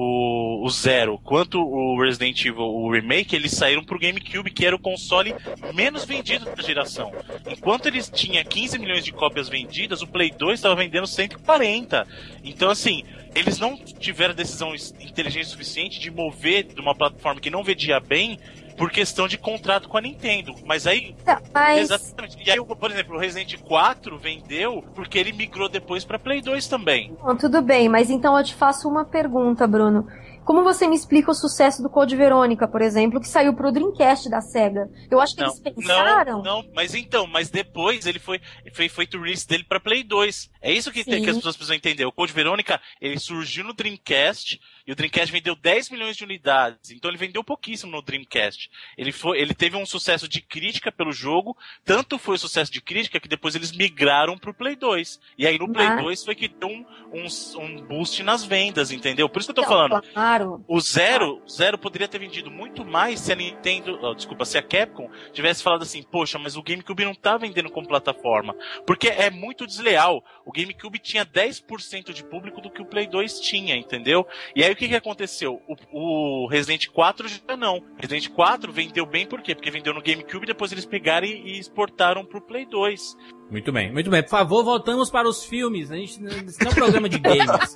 o Zero, quanto o Resident Evil, o Remake, eles saíram pro GameCube, que era o console menos vendido da geração. Enquanto eles tinham 15 milhões de cópias vendidas, o Play 2 estava vendendo 140. Então, assim... Eles não tiveram decisão inteligente o suficiente de mover de uma plataforma que não vendia bem por questão de contrato com a Nintendo. Mas aí... Exatamente. E aí, por exemplo, o Resident 4 vendeu porque ele migrou depois para Play 2 também. Bom, tudo bem, mas então eu te faço uma pergunta, Bruno. Como você me explica o sucesso do Code Verônica, por exemplo, que saiu pro Dreamcast da SEGA? Eu acho que eles pensaram... Não, mas depois ele foi feito o release dele pra Play 2. É isso que as pessoas precisam entender. O Code Verônica, ele surgiu no Dreamcast, e o Dreamcast vendeu 10 milhões de unidades. Então ele vendeu pouquíssimo no Dreamcast. Ele teve um sucesso de crítica pelo jogo, tanto foi sucesso de crítica que depois eles migraram pro Play 2. E aí no Play 2 foi que deu um boost nas vendas, entendeu? Por isso que eu tô falando. Claro. O Zero poderia ter vendido muito mais se a Nintendo, se a Capcom tivesse falado assim, poxa, mas o GameCube não tá vendendo como plataforma. Porque é muito desleal. O GameCube tinha 10% de público do que o Play 2 tinha, entendeu? E aí o que aconteceu? O Resident 4 já não. O Resident 4 vendeu bem por quê? Porque vendeu no GameCube, depois eles pegaram e exportaram pro Play 2. Muito bem, muito bem. Por favor, voltamos para os filmes. Isso não é um programa de games.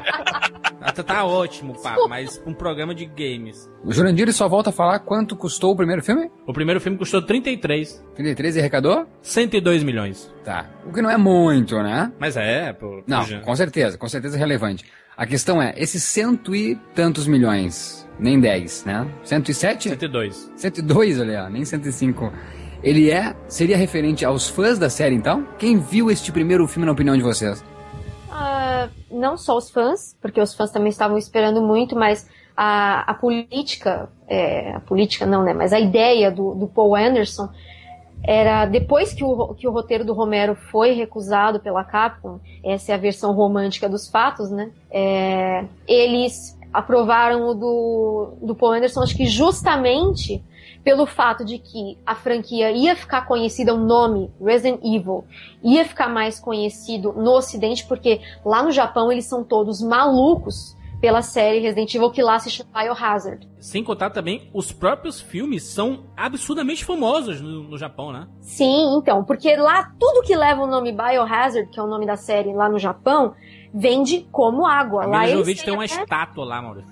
Tá ótimo o papo, mas um programa de games. O Jurandir só volta a falar quanto custou o primeiro filme? O primeiro filme custou 33. 33 e arrecadou? 102 milhões. Tá. O que não é muito, né? Mas pô. Não, com certeza é relevante. A questão é, esses 100 e tantos milhões, nem 10, né? 107? 102. 102, olha, nem 105. Ele seria referente aos fãs da série, então? Quem viu este primeiro filme, na opinião de vocês? Não só os fãs, porque os fãs também estavam esperando muito, mas a política, a política não, né? Mas a ideia do Paul Anderson era, depois que o roteiro do Romero foi recusado pela Capcom, essa é a versão romântica dos fatos, né? Eles aprovaram o do Paul Anderson, acho que justamente pelo fato de que a franquia ia ficar conhecida, o nome Resident Evil ia ficar mais conhecido no Ocidente, porque lá no Japão eles são todos malucos pela série Resident Evil, que lá se chama Biohazard. Sem contar também, os próprios filmes são absurdamente famosos no Japão, né? Sim, então, porque lá tudo que leva o nome Biohazard, que é o nome da série lá no Japão, vende como água. A lá Mila eles tem uma estátua lá, Maurício.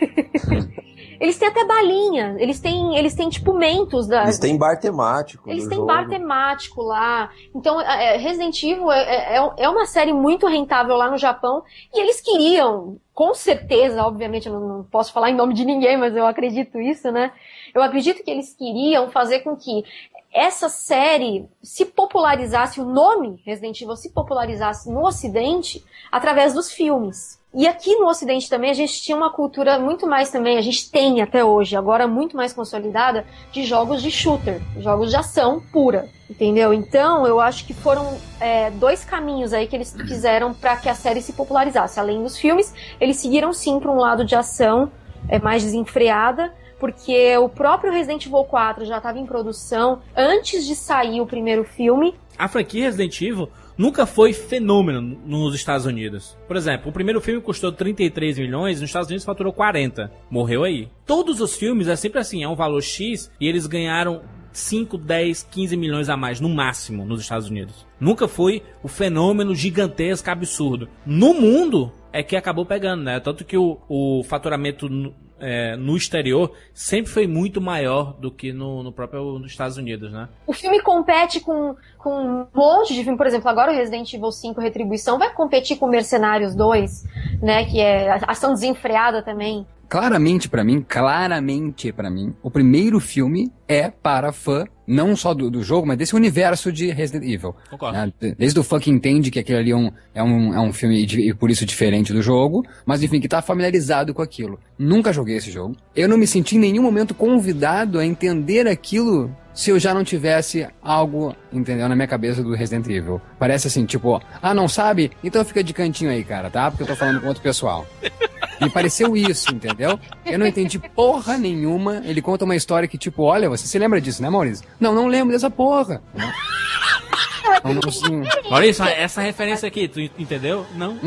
Eles têm até balinha, eles têm tipo mentos da... Eles têm bar temático. Eles têm bar temático lá. Então, Resident Evil é uma série muito rentável lá no Japão. E eles queriam, com certeza, obviamente, eu não posso falar em nome de ninguém, mas eu acredito isso, né? Eu acredito que eles queriam fazer com que essa série se popularizasse, o nome Resident Evil se popularizasse no Ocidente através dos filmes. E aqui no Ocidente também a gente tinha uma cultura muito mais também, a gente tem até hoje, agora muito mais consolidada, de jogos de shooter, jogos de ação pura, entendeu? Então eu acho que foram dois caminhos aí que eles fizeram para que a série se popularizasse. Além dos filmes, eles seguiram sim para um lado de ação mais desenfreada, porque o próprio Resident Evil 4 já estava em produção antes de sair o primeiro filme. A franquia Resident Evil nunca foi fenômeno nos Estados Unidos. Por exemplo, o primeiro filme custou 33 milhões, nos Estados Unidos faturou 40. Morreu aí. Todos os filmes é sempre assim, é um valor X e eles ganharam 5, 10, 15 milhões a mais, no máximo, nos Estados Unidos. Nunca foi o fenômeno gigantesco, absurdo. No mundo é que acabou pegando, né? Tanto que o faturamento no exterior sempre foi muito maior do que no próprio nos Estados Unidos, né? O filme compete com um monte de filme, por exemplo, agora o Resident Evil 5 Retribuição vai competir com Mercenários 2, né, que é ação desenfreada também. Claramente pra mim, o primeiro filme é para fã, não só do jogo, mas desse universo de Resident Evil. Concordo. Né? Desde o fã que entende que aquele ali é um filme e por isso diferente do jogo, mas enfim, que tá familiarizado com aquilo. Nunca joguei esse jogo. Eu não me senti em nenhum momento convidado a entender aquilo se eu já não tivesse algo, entendeu, na minha cabeça do Resident Evil. Parece assim, tipo, não sabe? Então fica de cantinho aí, cara, tá? Porque eu tô falando com outro pessoal. Me pareceu isso, entendeu? Eu não entendi porra nenhuma. Ele conta uma história que, tipo, olha, você se lembra disso, né, Maurício? Não lembro dessa porra. Maurício, essa referência aqui, tu entendeu? Não.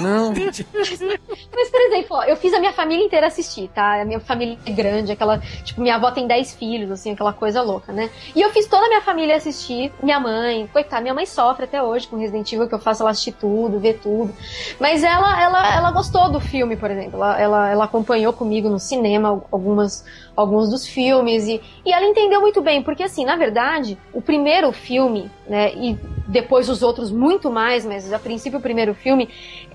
Mas, por exemplo, ó, eu fiz a minha família inteira assistir, tá? A minha família é grande, aquela, tipo, minha avó tem 10 filhos, assim, aquela coisa louca, né? E eu fiz toda a minha família assistir, minha mãe, coitada, minha mãe sofre até hoje com Resident Evil, que eu faço ela assistir tudo, ver tudo. Mas ela gostou do filme, por exemplo. Ela acompanhou comigo no cinema alguns dos filmes e ela entendeu muito bem, porque assim, na verdade, o primeiro filme, né, e depois os outros muito mais, mas a princípio o primeiro filme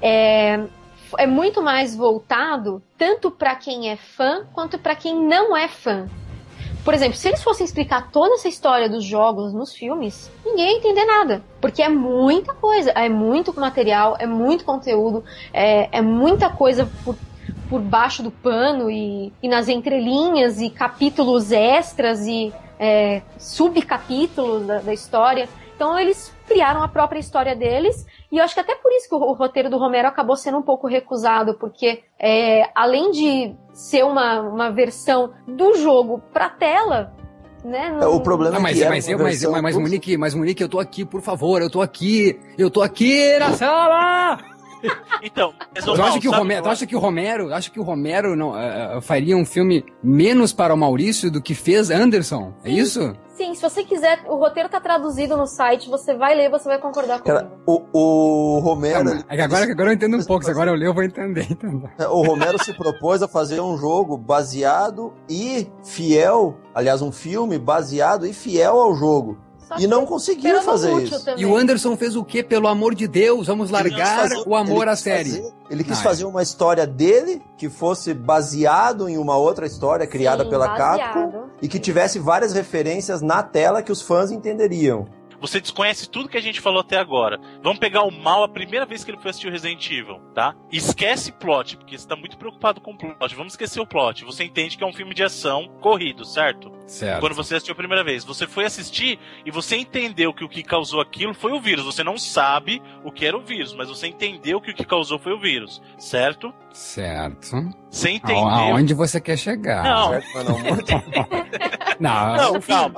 é muito mais voltado tanto para quem é fã quanto para quem não é fã. Por exemplo, se eles fossem explicar toda essa história dos jogos nos filmes, ninguém ia entender nada. Porque é muita coisa, é muito material, é muito conteúdo, é muita coisa por baixo do pano e nas entrelinhas e capítulos extras e subcapítulos da história. Então eles criaram a própria história deles e eu acho que até por isso que o roteiro do Romero acabou sendo um pouco recusado, porque além de ser uma versão do jogo pra tela, né? O problema mas Monique, eu tô aqui, por favor, eu tô aqui na sala! Então, tu acha que o Romero não faria um filme menos para o Maurício do que fez Anderson? É isso? Sim, se você quiser, o roteiro tá traduzido no site, você vai ler, você vai concordar comigo. Cara, o Romero... Agora eu entendo um pouco, se agora eu ler eu vou entender. O Romero se propôs a fazer um jogo baseado e fiel, aliás, um filme baseado e fiel ao jogo. E não conseguiu fazer isso. E o Anderson fez o quê? Pelo amor de Deus, vamos largar o amor à série. Ele quis fazer uma história dele que fosse baseado em uma outra história criada pela Capcom e que tivesse várias referências na tela que os fãs entenderiam. Você desconhece tudo que a gente falou até agora. Vamos pegar o Mal a primeira vez que ele foi assistir o Resident Evil, tá? Esquece plot, porque você tá muito preocupado com o plot. Vamos esquecer o plot. Você entende que é um filme de ação corrido, certo? Certo. Quando você assistiu a primeira vez. Você foi assistir e você entendeu que o que causou aquilo foi o vírus. Você não sabe o que era o vírus, mas você entendeu que o que causou foi o vírus, certo? Certo. Você entendeu? Aonde você quer chegar? Não. Certo, mas não, calma.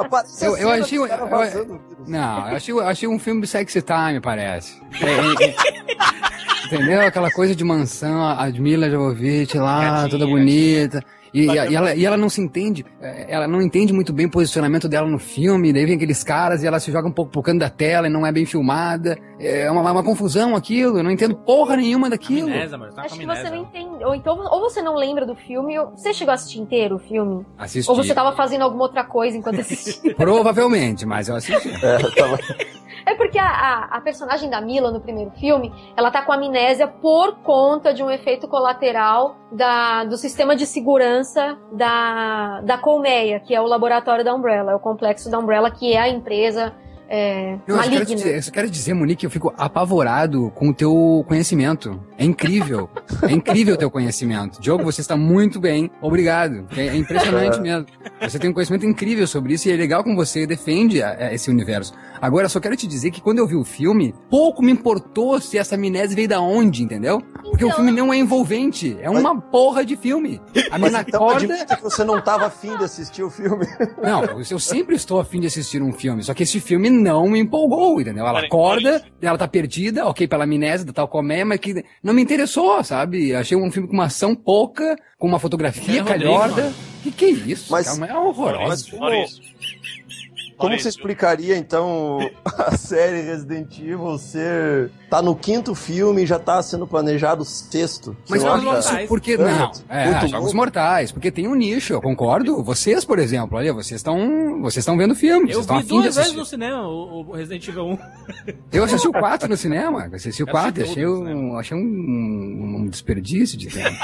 Eu achei um filme sexy time, parece. Entendeu? Aquela coisa de mansão, a Mila Jovovich lá, toda bonita. E ela não se entende, ela não entende muito bem o posicionamento dela no filme, daí vem aqueles caras e ela se joga um pouco pro canto da tela e não é bem filmada. É uma confusão aquilo, eu não entendo porra nenhuma daquilo. Acho que você não entende, ou você não lembra do filme, ou você chegou a assistir inteiro o filme? Assisti. Ou você tava fazendo alguma outra coisa enquanto assistia? Provavelmente, mas eu assisti. É porque a personagem da Mila no primeiro filme, ela tá com amnésia por conta de um efeito colateral do sistema de segurança da Colmeia, que é o laboratório da Umbrella, é o complexo da Umbrella, que é a empresa maligna. Eu só quero dizer, Monique, eu fico apavorado com o teu conhecimento. É incrível. É incrível o teu conhecimento. Diogo, você está muito bem. Obrigado. É impressionante mesmo. Você tem um conhecimento incrível sobre isso e é legal como você defende esse universo. Agora, só quero te dizer que quando eu vi o filme, pouco me importou se essa amnésia veio da onde, entendeu? Porque o filme não é envolvente. É uma porra de filme. A mina acorda... que você não estava afim de assistir o filme. Não, eu sempre estou afim de assistir um filme. Só que esse filme não me empolgou, entendeu? Ela acorda, ela tá perdida, ok, pela amnésia da tal colmeia, mas que não me interessou, sabe? Achei um filme com uma ação pouca, com uma fotografia calhorda. Que é isso? Mas é horroroso. Como você explicaria, então, a série Resident Evil tá no 5º filme e já tá sendo planejado o 6º? Mas Jogos Mortais. Porque não? Jogos Mortais, porque tem um nicho, eu concordo. Vocês, por exemplo, olha, vocês estão vendo filme. Eu vi 2 vezes no cinema o Resident Evil 1. Eu assisti o 4 no cinema. Assisti o 4, achei um desperdício de tempo.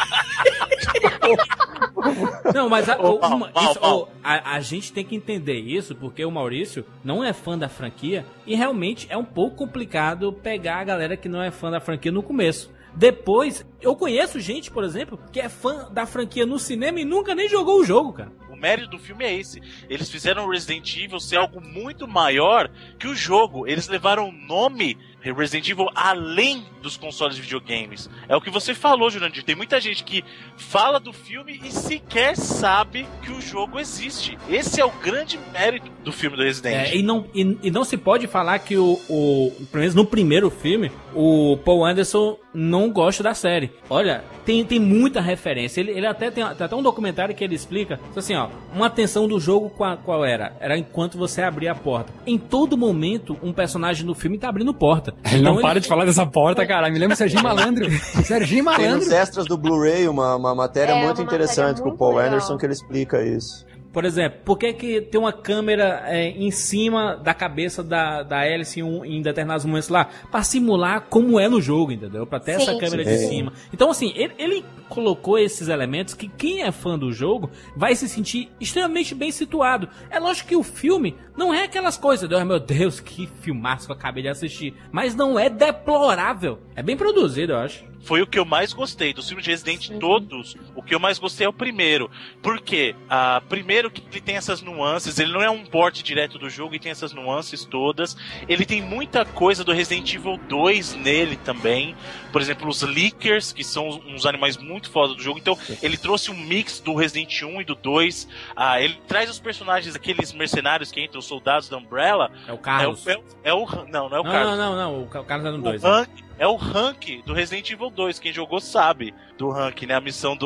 Não, mas a gente tem que entender isso, porque o Maurício não é fã da franquia e realmente é um pouco complicado pegar a galera que não é fã da franquia no começo. Depois, eu conheço gente, por exemplo, que é fã da franquia no cinema e nunca nem jogou o jogo, cara. O mérito do filme é esse. Eles fizeram o Resident Evil ser algo muito maior que o jogo. Eles levaram o nome Resident Evil além dos consoles de videogames. É o que você falou, Jurandir. Tem muita gente que fala do filme e sequer sabe que o jogo existe. Esse é o grande mérito do filme do Resident. E não se pode falar que pelo menos no primeiro filme, o Paul Anderson não gosta da série. Olha, tem muita referência. Ele até tem até um documentário que ele explica, assim, ó, uma tensão do jogo qual era? Era enquanto você abria a porta. Em todo momento, um personagem no filme tá abrindo porta. Ele não para de falar dessa porta, cara. Me lembra Serginho Malandro. Serginho Malandro. Tem nos extras do Blu-ray uma matéria muito interessante com o Paul Anderson que ele explica isso. Por exemplo, por que tem uma câmera em cima da cabeça da Alice em determinados momentos lá? Pra simular como é no jogo, entendeu? Pra ter essa câmera de cima. Então, assim, ele colocou esses elementos que quem é fã do jogo vai se sentir extremamente bem situado. É lógico que o filme não é aquelas coisas, meu Deus, que filmaço que eu acabei de assistir. Mas não é deplorável. É bem produzido, eu acho. Foi o que eu mais gostei dos filmes de Resident todos. O que eu mais gostei é o primeiro. Por quê? Primeiro que ele tem essas nuances. Ele não é um port direto do jogo e tem essas nuances todas. Ele tem muita coisa do Resident Evil 2 nele também. Por exemplo, os Lickers, que são uns animais muito foda do jogo. Então, ele trouxe um mix do Resident 1 e do 2. Ele traz os personagens, aqueles mercenários que entram, os soldados da Umbrella. É o Carlos. Não é o Carlos. Não. O Carlos é no 2. É o rank do Resident Evil 2. Quem jogou sabe do rank, né? As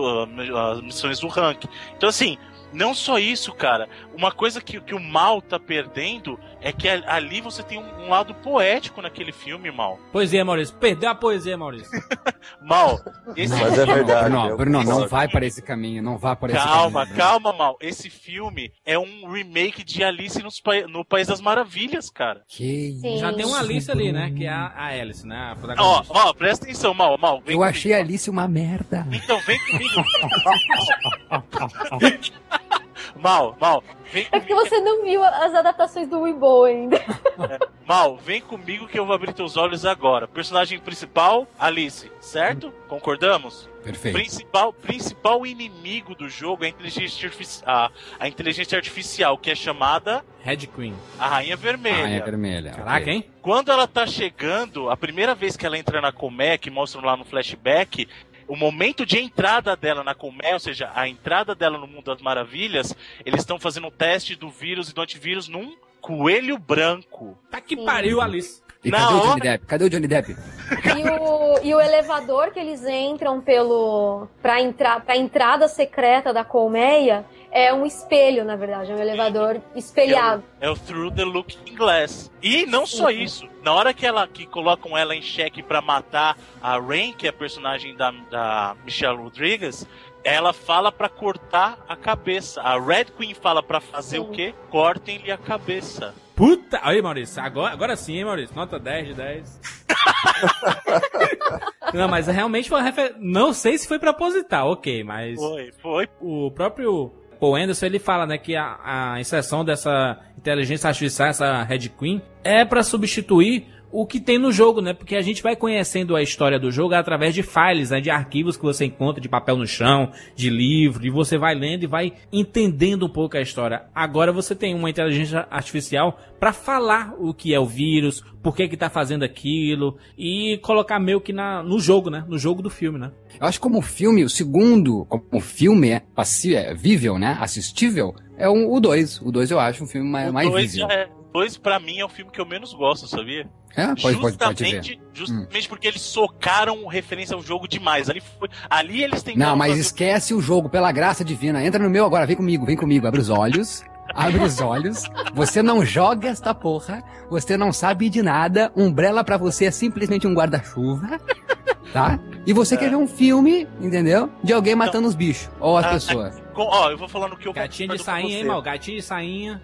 missões do rank. Então, assim, não só isso, cara. Uma coisa que o Mal tá perdendo é que ali você tem um lado poético naquele filme, Mal. Poesia, Maurício. Perdeu a poesia, Maurício. Mal. Mas é verdade. Bruno, não vai para esse caminho. Não vá para esse caminho. Calma, Mal. Esse filme é um remake de Alice no País das Maravilhas, cara. Que isso? Já tem uma Alice ali, né? Que é a Alice, né? Ó, presta atenção, Mal. Eu achei a Alice uma merda. Então, vem comigo. Mal, vem comigo. É porque você não viu as adaptações do Weebo ainda. Mal, vem comigo que eu vou abrir teus olhos agora. Personagem principal, Alice, certo? Concordamos? Perfeito. Principal inimigo do jogo é a inteligência artificial, que é chamada... Red Queen. A Rainha Vermelha. Rainha Vermelha. Caraca, hein? Quando ela tá chegando, a primeira vez que ela entra na colmeia, que mostram lá no flashback... O momento de entrada dela na colmeia, ou seja, a entrada dela no mundo das maravilhas, eles estão fazendo um teste do vírus e do antivírus num coelho branco. Tá que pariu, Alice. E cadê o Johnny Depp? Cadê o Johnny Depp? E o elevador que eles entram pra entrada secreta da colmeia é um espelho, na verdade. É um elevador espelhado. É o Through the Looking Glass. E não só isso. Na hora que colocam ela em xeque pra matar a Rain, que é a personagem da Michelle Rodriguez, ela fala pra cortar a cabeça. A Red Queen fala pra fazer o quê? Cortem-lhe a cabeça. Puta! Aí, Maurício, agora sim, hein, Maurício? Nota 10 de 10. Não, mas realmente foi uma referência. Não sei se foi proposital, ok, mas... Foi. O próprio Paul Anderson, ele fala, né, que a inserção dessa inteligência artificial, essa Red Queen, é pra substituir o que tem no jogo, né? Porque a gente vai conhecendo a história do jogo através de files, né? De arquivos que você encontra, de papel no chão, de livro, e você vai lendo e vai entendendo um pouco a história. Agora você tem uma inteligência artificial para falar o que é o vírus, por que tá fazendo aquilo, e colocar meio que no jogo, né? No jogo do filme, né? Eu acho que como filme, o segundo, como filme é vível, né? Assistível, é o 2. O 2 eu acho um filme mais vível. O 2 pra mim é o filme que eu menos gosto, sabia? Pode ver. Justamente porque eles socaram referência ao jogo demais. Ali eles têm... Não, mas esquece o jogo, pela graça divina. Entra no meu agora, vem comigo, abre os olhos. Abre os olhos, você não joga esta porra, você não sabe de nada, Umbrella pra você é simplesmente um guarda-chuva, tá? E você quer ver um filme, entendeu? De alguém matando os bichos, ou as pessoas. Eu vou falando o que eu... Gatinha de sainha, hein, mal? Gatinha de sainha.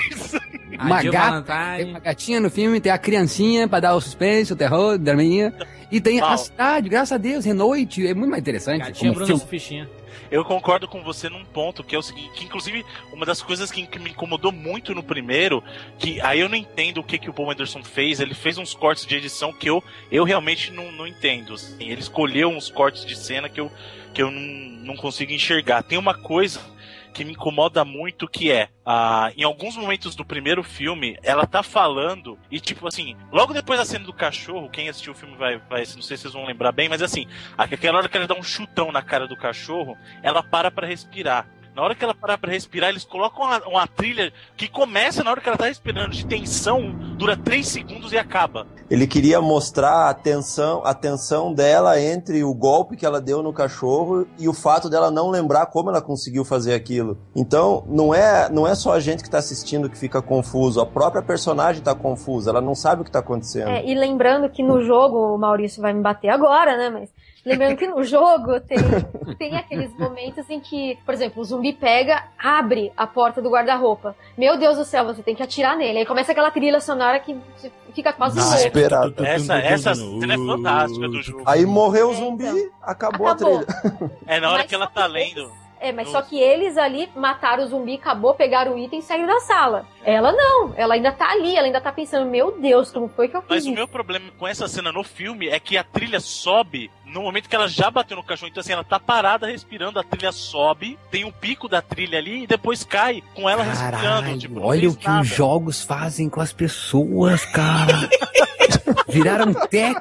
Tem uma gatinha no filme, tem a criancinha pra dar o suspense, o terror, draminha. E tem a cidade, graças a Deus, de noite, é muito mais interessante. Gatinha Bruno Fichinha. Eu concordo com você num ponto, que é o seguinte, que inclusive uma das coisas que me incomodou muito no primeiro, que aí eu não entendo o que o Paul Anderson fez, ele fez uns cortes de edição que eu realmente não entendo. Assim, ele escolheu uns cortes de cena que eu não consigo enxergar. Tem uma coisa que me incomoda muito, que é, em alguns momentos do primeiro filme, ela tá falando, e tipo assim, logo depois da cena do cachorro, quem assistiu o filme vai não sei se vocês vão lembrar bem, mas assim, aquela hora que ela dá um chutão na cara do cachorro, ela para pra respirar. Na hora que ela parar pra respirar, eles colocam uma trilha que começa na hora que ela tá respirando, de tensão, dura 3 segundos e acaba. Ele queria mostrar a tensão dela entre o golpe que ela deu no cachorro e o fato dela não lembrar como ela conseguiu fazer aquilo. Então, não é só a gente que tá assistindo que fica confuso, a própria personagem tá confusa, ela não sabe o que tá acontecendo. E lembrando que no jogo, o Maurício vai me bater agora, né, mas... Lembrando que no jogo tem aqueles momentos em que, por exemplo, o zumbi abre a porta do guarda-roupa. Meu Deus do céu, você tem que atirar nele. Aí começa aquela trilha sonora que você fica quase desesperado. Essa cena é fantástica do jogo. Aí morreu o zumbi, acabou a trilha. Na hora que ela tá lendo. Mas só que eles ali mataram o zumbi, acabou, pegaram o item e saíram da sala. Ela não, ela ainda tá ali, ela ainda tá pensando, meu Deus, como foi que eu fiz Mas isso? O meu problema com essa cena no filme é que a trilha sobe no momento que ela já bateu no cachorro. Então assim, ela tá parada respirando, a trilha sobe, tem um pico da trilha ali e depois cai com ela respirando. Tipo, olha o que os jogos fazem com as pessoas, cara. Viraram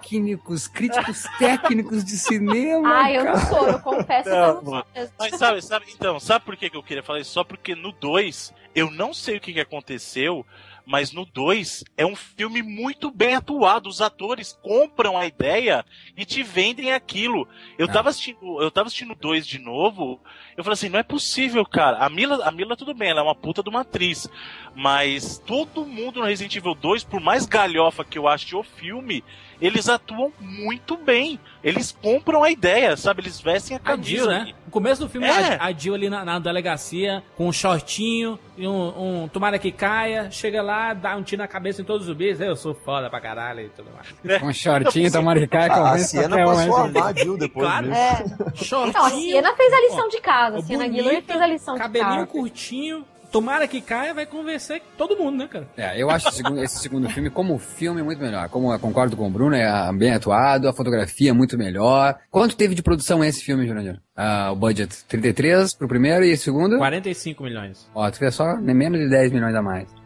críticos técnicos de cinema. Eu não sou, eu confesso que eu não sou. Mas sabe por que eu queria falar isso? Só porque no 2, eu não sei o que aconteceu, mas no 2 é um filme muito bem atuado. Os atores compram a ideia e te vendem aquilo. Eu tava assistindo o 2 de novo, eu falei assim, não é possível, cara. A Mila tudo bem, ela é uma puta de uma atriz, mas todo mundo no Resident Evil 2, por mais galhofa que eu ache o filme, eles atuam muito bem. Eles compram a ideia, sabe? Eles vestem a camisa. A Jill, né? No começo do filme, a Jill ali na delegacia, com um shortinho, e um tomara que caia, chega lá, dá um tiro na cabeça em todos os zumbis. Eu sou foda pra caralho e tudo mais. Um shortinho, tomara que caia, a Siena passou a amar a Jill depois claro. Shortinho. Então, a Siena fez a lição de casa. A Siena Guilherme fez a lição de casa. Cabelinho curtinho. Tomara que caia, vai convencer todo mundo, né, cara? Eu acho esse segundo filme, como filme, muito melhor. Como eu concordo com o Bruno, é bem atuado, a fotografia é muito melhor. Quanto teve de produção esse filme, Jurandir? O budget? 33 pro primeiro e o segundo? 45 milhões. Ó, tu vê só, nem menos de 10 milhões a mais.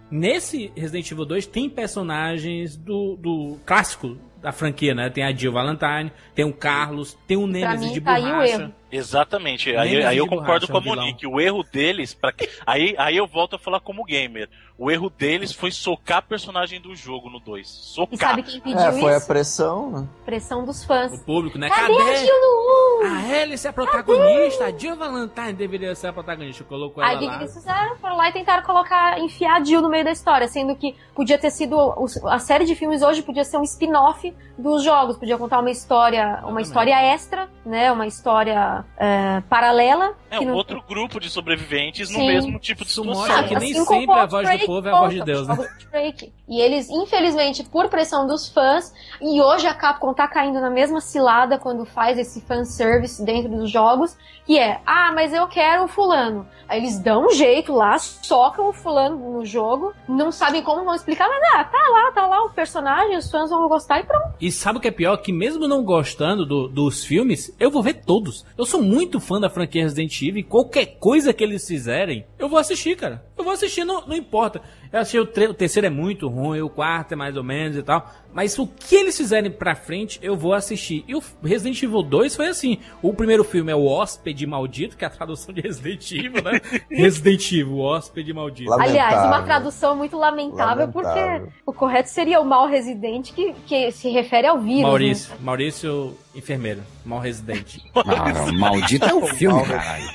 Nesse Resident Evil 2 tem personagens do clássico da franquia, né? Tem a Jill Valentine, tem o Carlos, tem o Nemesis de borracha. Exatamente, aí eu concordo com a Monique. O erro deles, aí eu volto a falar como gamer. O erro deles foi socar a personagem do jogo no 2. Socar. E sabe quem pediu isso? Foi a pressão, né? Pressão dos fãs. O público, né? Cadê a Jill no 1? A Alice é a protagonista, a Jill Valentine deveria ser a protagonista. Colocou ela lá. Aí o que eles fizeram? Foram lá e tentaram enfiar a Jill no meio da história, sendo que podia ter sido, a série de filmes hoje podia ser um spin-off dos jogos, podia contar uma história extra, né? Uma história paralela. Outro grupo de sobreviventes no mesmo tipo de situação. Que nem sempre a voz do povo é a voz de Deus, né? E eles, infelizmente, por pressão dos fãs, e hoje a Capcom tá caindo na mesma cilada quando faz esse fanservice dentro dos jogos, que é, mas eu quero o fulano. Aí eles dão um jeito lá, socam o fulano no jogo, não sabem como vão explicar, mas tá lá o personagem, os fãs vão gostar e pronto. E sabe o que é pior? Que mesmo não gostando dos filmes, eu vou ver todos. Eu sou muito fã da franquia Resident Evil, e qualquer coisa que eles fizerem, eu vou assistir, cara. Eu vou assistir, não importa. Eu achei o terceiro é muito ruim, o quarto é mais ou menos e tal. Mas o que eles fizerem pra frente, eu vou assistir. E o Resident Evil 2 foi assim. O primeiro filme é o Hóspede Maldito, que é a tradução de Resident Evil, né? Resident Evil, o Hóspede Maldito. Lamentável. Aliás, uma tradução muito lamentável, porque o correto seria o Mal Residente, que se refere ao vírus. Maurício Enfermeiro, Mal Residente. Maldito é o filme, caralho.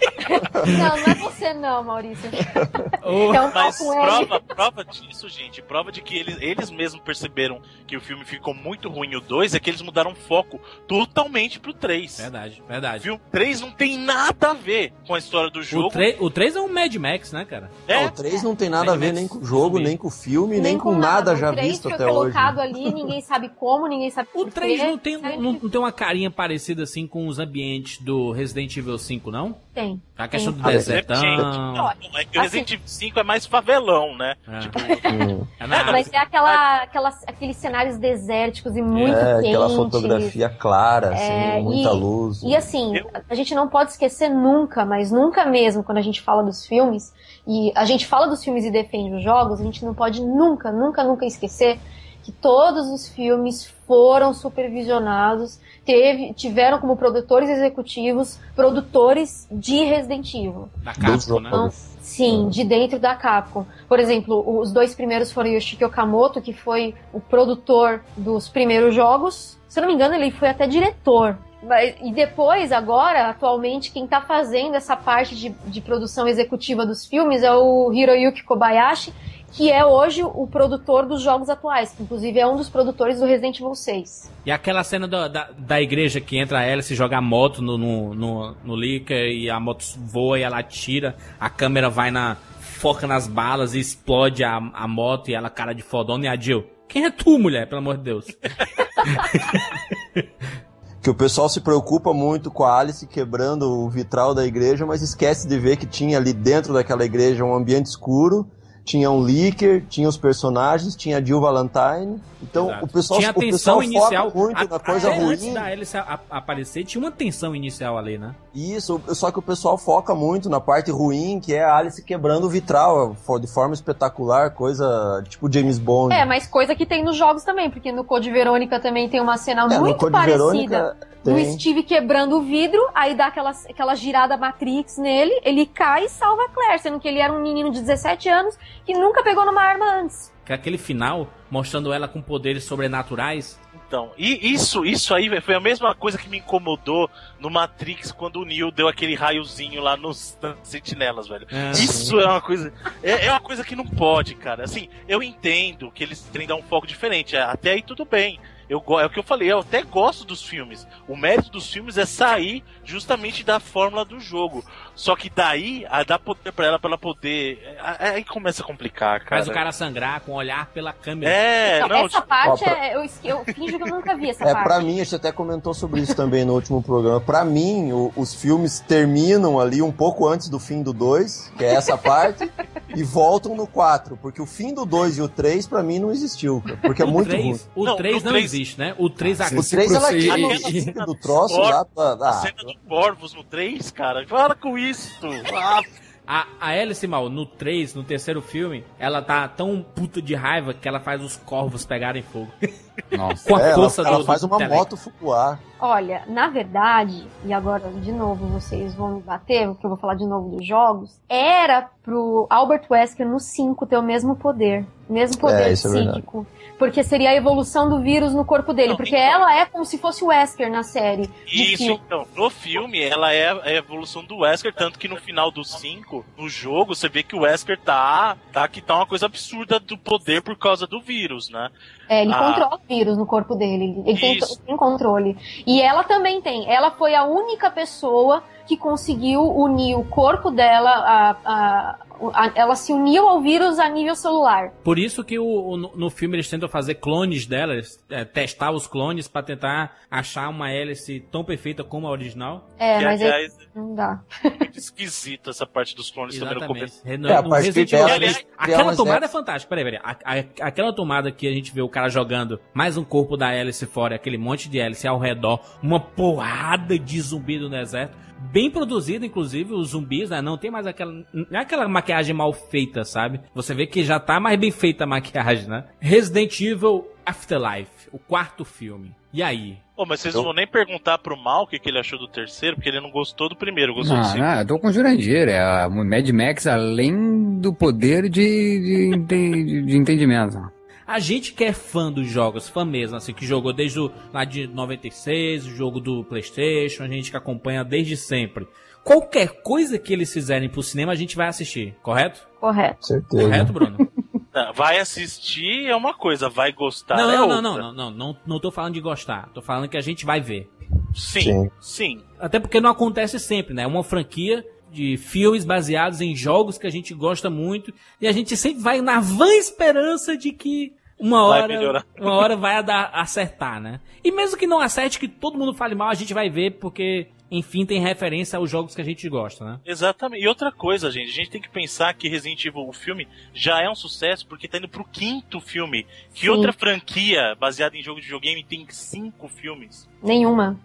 Não é você não, Maurício. Mas prova disso, gente, prova de que eles mesmos perceberam que o filme ficou muito ruim, o 2, é que eles mudaram foco totalmente pro 3. Verdade. O 3 não tem nada a ver com a história do jogo. O 3 é um Mad Max, né, cara? O 3 não tem nada a ver nem com o jogo, nem com o filme, nem com nada já visto até hoje. O 3 foi colocado ali, ninguém sabe como, ninguém sabe por quê. O 3 não tem uma carinha parecida assim com os ambientes do Resident Evil 5, não? Tem. A questão do desertão. O Resident Evil 5 é mais favelão, né? Mas é aqueles cenários desérticos e muito quentes. Aquela fotografia clara, assim, muita luz. E assim, a gente não pode esquecer nunca, mas nunca mesmo, quando a gente fala dos filmes, e a gente fala dos filmes e defende os jogos, a gente não pode nunca esquecer que todos os filmes foram supervisionados, tiveram como produtores executivos produtores de Resident Evil. Da Capcom, né? Então, sim, de dentro da Capcom. Por exemplo, os 2 primeiros foram Yoshiki Okamoto, que foi o produtor dos primeiros jogos. Se eu não me engano, ele foi até diretor. E depois, agora, atualmente, quem tá fazendo essa parte de produção executiva dos filmes é o Hiroyuki Kobayashi, que é hoje o produtor dos jogos atuais, que inclusive é um dos produtores do Resident Evil 6. E aquela cena da igreja que entra a Alice e joga a moto no Licker e a moto voa e ela atira, a câmera vai foca nas balas e explode a moto e ela cara de fodona e a Jill. Quem é tu, mulher? Pelo amor de Deus. Que o pessoal se preocupa muito com a Alice quebrando o vitral da igreja, mas esquece de ver que tinha ali dentro daquela igreja um ambiente escuro, tinha um Licker, tinha os personagens, tinha a Jill Valentine. Então o pessoal, tinha a tensão inicial, foca muito na coisa ruim. Antes da Alice aparecer, tinha uma tensão inicial ali, né? Isso, só que o pessoal foca muito na parte ruim, que é a Alice quebrando o vitral de forma espetacular, coisa tipo James Bond. Mas coisa que tem nos jogos também, porque no Code Verônica também tem uma cena muito parecida. O Steve quebrando o vidro, aí dá aquela girada Matrix nele, ele cai e salva a Claire, sendo que ele era um menino de 17 anos que nunca pegou numa arma antes. Que aquele final, mostrando ela com poderes sobrenaturais. Então, e isso aí foi a mesma coisa que me incomodou no Matrix, quando o Neo deu aquele raiozinho lá nos sentinelas, velho. Isso é uma coisa... É uma coisa que não pode, cara. Assim, eu entendo que eles querem dar um foco diferente, até aí tudo bem. É o que eu falei, eu até gosto dos filmes. O mérito dos filmes é sair justamente da fórmula do jogo. Só que daí, dá poder pra ela poder... Aí começa a complicar, cara. Faz o cara sangrar com o olhar pela câmera. Essa parte, eu finjo que eu nunca vi essa parte. Pra mim, a gente até comentou sobre isso também no último programa. Pra mim, os filmes terminam ali um pouco antes do fim do 2, que é essa parte, e voltam no 4. Porque o fim do 2 e o 3, pra mim, não existiu. Porque é muito ruim. O 3 não existe, né? O 3 O 3 ela quer do troço lá A cena de Corvos no 3, cara. Para com isso. A Alice, mal, no 3, no terceiro filme, ela tá tão puta de raiva que ela faz os corvos pegarem fogo. Nossa. Com a força ela faz uma moto flutuar. Olha, na verdade, e agora de novo vocês vão me bater, porque eu vou falar de novo dos jogos, era pro Albert Wesker no 5 ter o mesmo poder psíquico. Porque seria a evolução do vírus no corpo dele. Porque ela é como se fosse o Wesker na série. Isso, então. No filme, ela é a evolução do Wesker, tanto que no final do 5, no jogo, você vê que o Wesker tá uma coisa absurda do poder por causa do vírus, né? Ele controla o vírus no corpo dele. Ele tem controle. E ela também tem. Ela foi a única pessoa que conseguiu unir o corpo dela ela se uniu ao vírus a nível celular. Por isso que no filme eles tentam fazer clones dela, testar os clones pra tentar achar uma hélice tão perfeita como a original. Mas aliás, não dá. Muito esquisita essa parte dos clones também no começo. Aquela tomada é fantástica. Peraí. Aquela tomada que a gente vê o cara jogando mais um corpo da hélice fora, aquele monte de hélice ao redor, uma porrada de zumbi no deserto. Bem produzido, inclusive, os zumbis, né? Não tem mais aquela maquiagem mal feita, sabe? Você vê que já tá mais bem feita a maquiagem, né? Resident Evil Afterlife, o 4º filme. E aí? Mas vocês não vão nem perguntar pro Mal o que ele achou do terceiro, porque ele não gostou do primeiro, gostou do segundo. Eu tô com o Jurandir, é o Mad Max além do poder de entendimento. A gente que é fã dos jogos, fã mesmo, assim, que jogou desde lá de 96, o jogo do PlayStation, a gente que acompanha desde sempre. Qualquer coisa que eles fizerem pro cinema, a gente vai assistir, correto? Correto. Certeza. Correto, Bruno? Vai assistir é uma coisa, vai gostar Não tô falando de gostar, tô falando que a gente vai ver. Sim. Até porque não acontece sempre, né? É uma franquia de filmes baseados em jogos que a gente gosta muito e a gente sempre vai na vã esperança de que uma hora vai acertar, né? E mesmo que não acerte, que todo mundo fale mal, a gente vai ver porque, enfim, tem referência aos jogos que a gente gosta, né? Exatamente. E outra coisa, gente, a gente tem que pensar que Resident Evil, o filme, já é um sucesso porque tá indo pro 5º filme. Que outra franquia baseada em jogo de videogame tem 5 filmes? Nenhuma.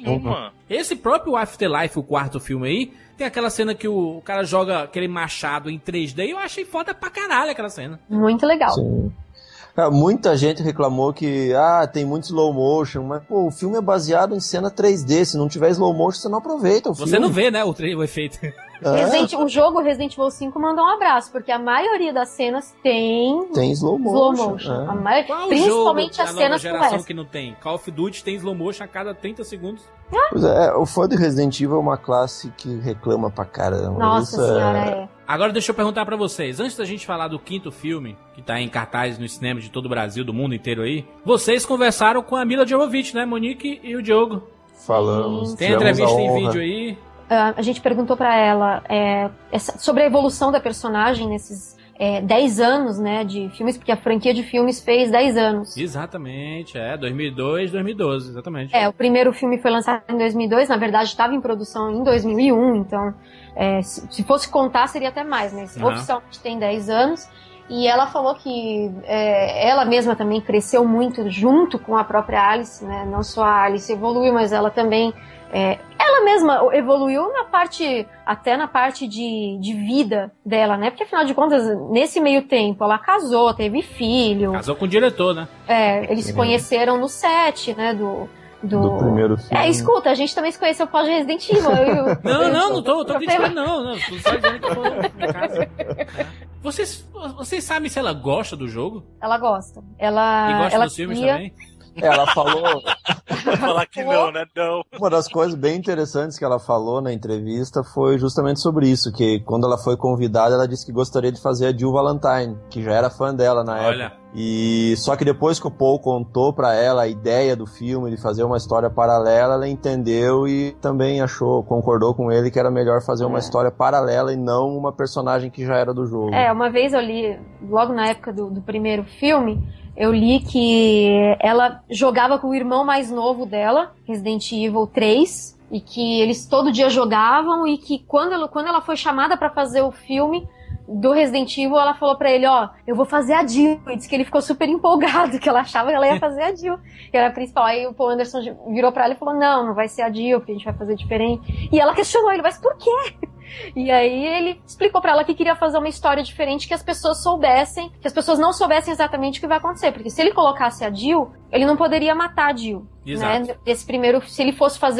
Esse próprio Afterlife, o 4º filme aí, tem aquela cena que o cara joga aquele machado em 3D e eu achei foda pra caralho aquela cena. Muito legal. Sim. Muita gente reclamou que tem muito slow motion, mas o filme é baseado em cena 3D, se não tiver slow motion você não aproveita o filme. Você não vê, né, o efeito. O jogo Resident Evil 5 mandou um abraço, porque a maioria das cenas tem slow motion. Principalmente as cenas com geração que não tem. Call of Duty tem slow motion a cada 30 segundos. Pois é, o fã de Resident Evil é uma classe que reclama pra caramba. Nossa senhora, Agora deixa eu perguntar pra vocês, antes da gente falar do 5º filme, que tá em cartaz nos cinemas de todo o Brasil, do mundo inteiro aí, vocês conversaram com a Mila Jovovich, né, Monique e o Diogo? Falamos. Tem entrevista em vídeo aí? A gente perguntou pra ela sobre a evolução da personagem nesses 10 anos, né, de filmes, porque a franquia de filmes fez 10 anos. Exatamente, 2002, 2012, exatamente. O primeiro filme foi lançado em 2002, na verdade estava em produção em 2001, então se fosse contar seria até mais, mas oficialmente tem 10 anos. E ela falou que ela mesma também cresceu muito junto com a própria Alice, né? Não só a Alice evoluiu, mas ela também... ela mesma evoluiu até na parte de vida dela, né? Porque afinal de contas, nesse meio tempo, ela casou, teve filho. Casou com o diretor, né? Eles se conheceram no set, né? Do primeiro filme. Escuta, a gente também se conheceu pós Resident Evil. Não tô criticando, não. Tô só dizendo que eu tô na casa. Vocês sabem se ela gosta do jogo? Ela gosta. E gosta dos filmes também? Ela falou... Vou falar que não, né? Não. Uma das coisas bem interessantes que ela falou na entrevista foi justamente sobre isso, que quando ela foi convidada, ela disse que gostaria de fazer a Jill Valentine, que já era fã dela na época. E só que depois que o Paul contou pra ela a ideia do filme, de fazer uma história paralela, ela entendeu e também concordou com ele que era melhor fazer uma história paralela e não uma personagem que já era do jogo. Uma vez eu li, logo na época do primeiro filme, eu li que ela jogava com o irmão mais novo dela, Resident Evil 3, e que eles todo dia jogavam, e que quando ela foi chamada pra fazer o filme do Resident Evil, ela falou pra ele, eu vou fazer a Jill, e disse que ele ficou super empolgado, que ela achava que ela ia fazer a Jill, que era a principal. Aí o Paul Anderson virou pra ela e falou, não vai ser a Jill, porque a gente vai fazer diferente. E ela questionou ele, mas por quê? E aí ele explicou pra ela que queria fazer uma história diferente, que as pessoas soubessem, que as pessoas não soubessem exatamente o que vai acontecer. Porque se ele colocasse a Jill, ele não poderia matar a Jill. Exato. Né? Esse primeiro, se ele fosse fazer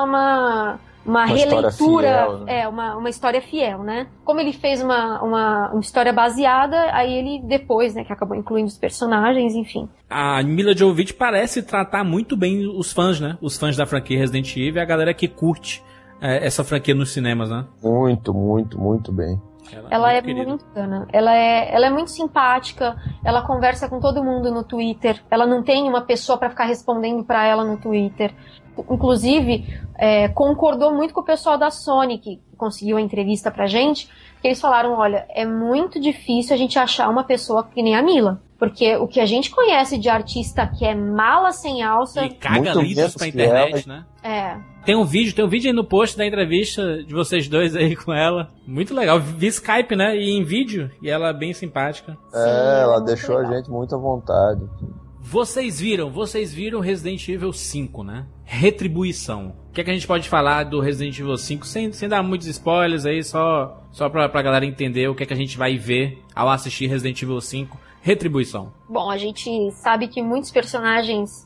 uma releitura, fiel, né? uma história fiel, né? Como ele fez uma história baseada, aí ele depois, né, que acabou incluindo os personagens, enfim. A Mila Jovovich parece tratar muito bem os fãs, né? Os fãs da franquia Resident Evil e a galera que curte essa franquia nos cinemas, né? Muito, muito, muito bem. Ela é muito bacana. Ela é muito simpática. Ela conversa com todo mundo no Twitter. Ela não tem uma pessoa pra ficar respondendo pra ela no Twitter. Inclusive, concordou muito com o pessoal da Sony, que conseguiu a entrevista pra gente, que eles falaram, olha, é muito difícil a gente achar uma pessoa que nem a Mila. Porque o que a gente conhece de artista que é mala sem alça... E caga litros pra internet, né? Tem um vídeo aí no post da entrevista de vocês dois aí com ela. Muito legal. Vi Skype, né? E em vídeo. E ela é bem simpática. Ela deixou a gente muito à vontade. Vocês viram Resident Evil 5, né? Retribuição. O que é que a gente pode falar do Resident Evil 5 sem dar muitos spoilers aí, só pra galera entender o que é que a gente vai ver ao assistir Resident Evil 5. Retribuição. Bom, a gente sabe que muitos personagens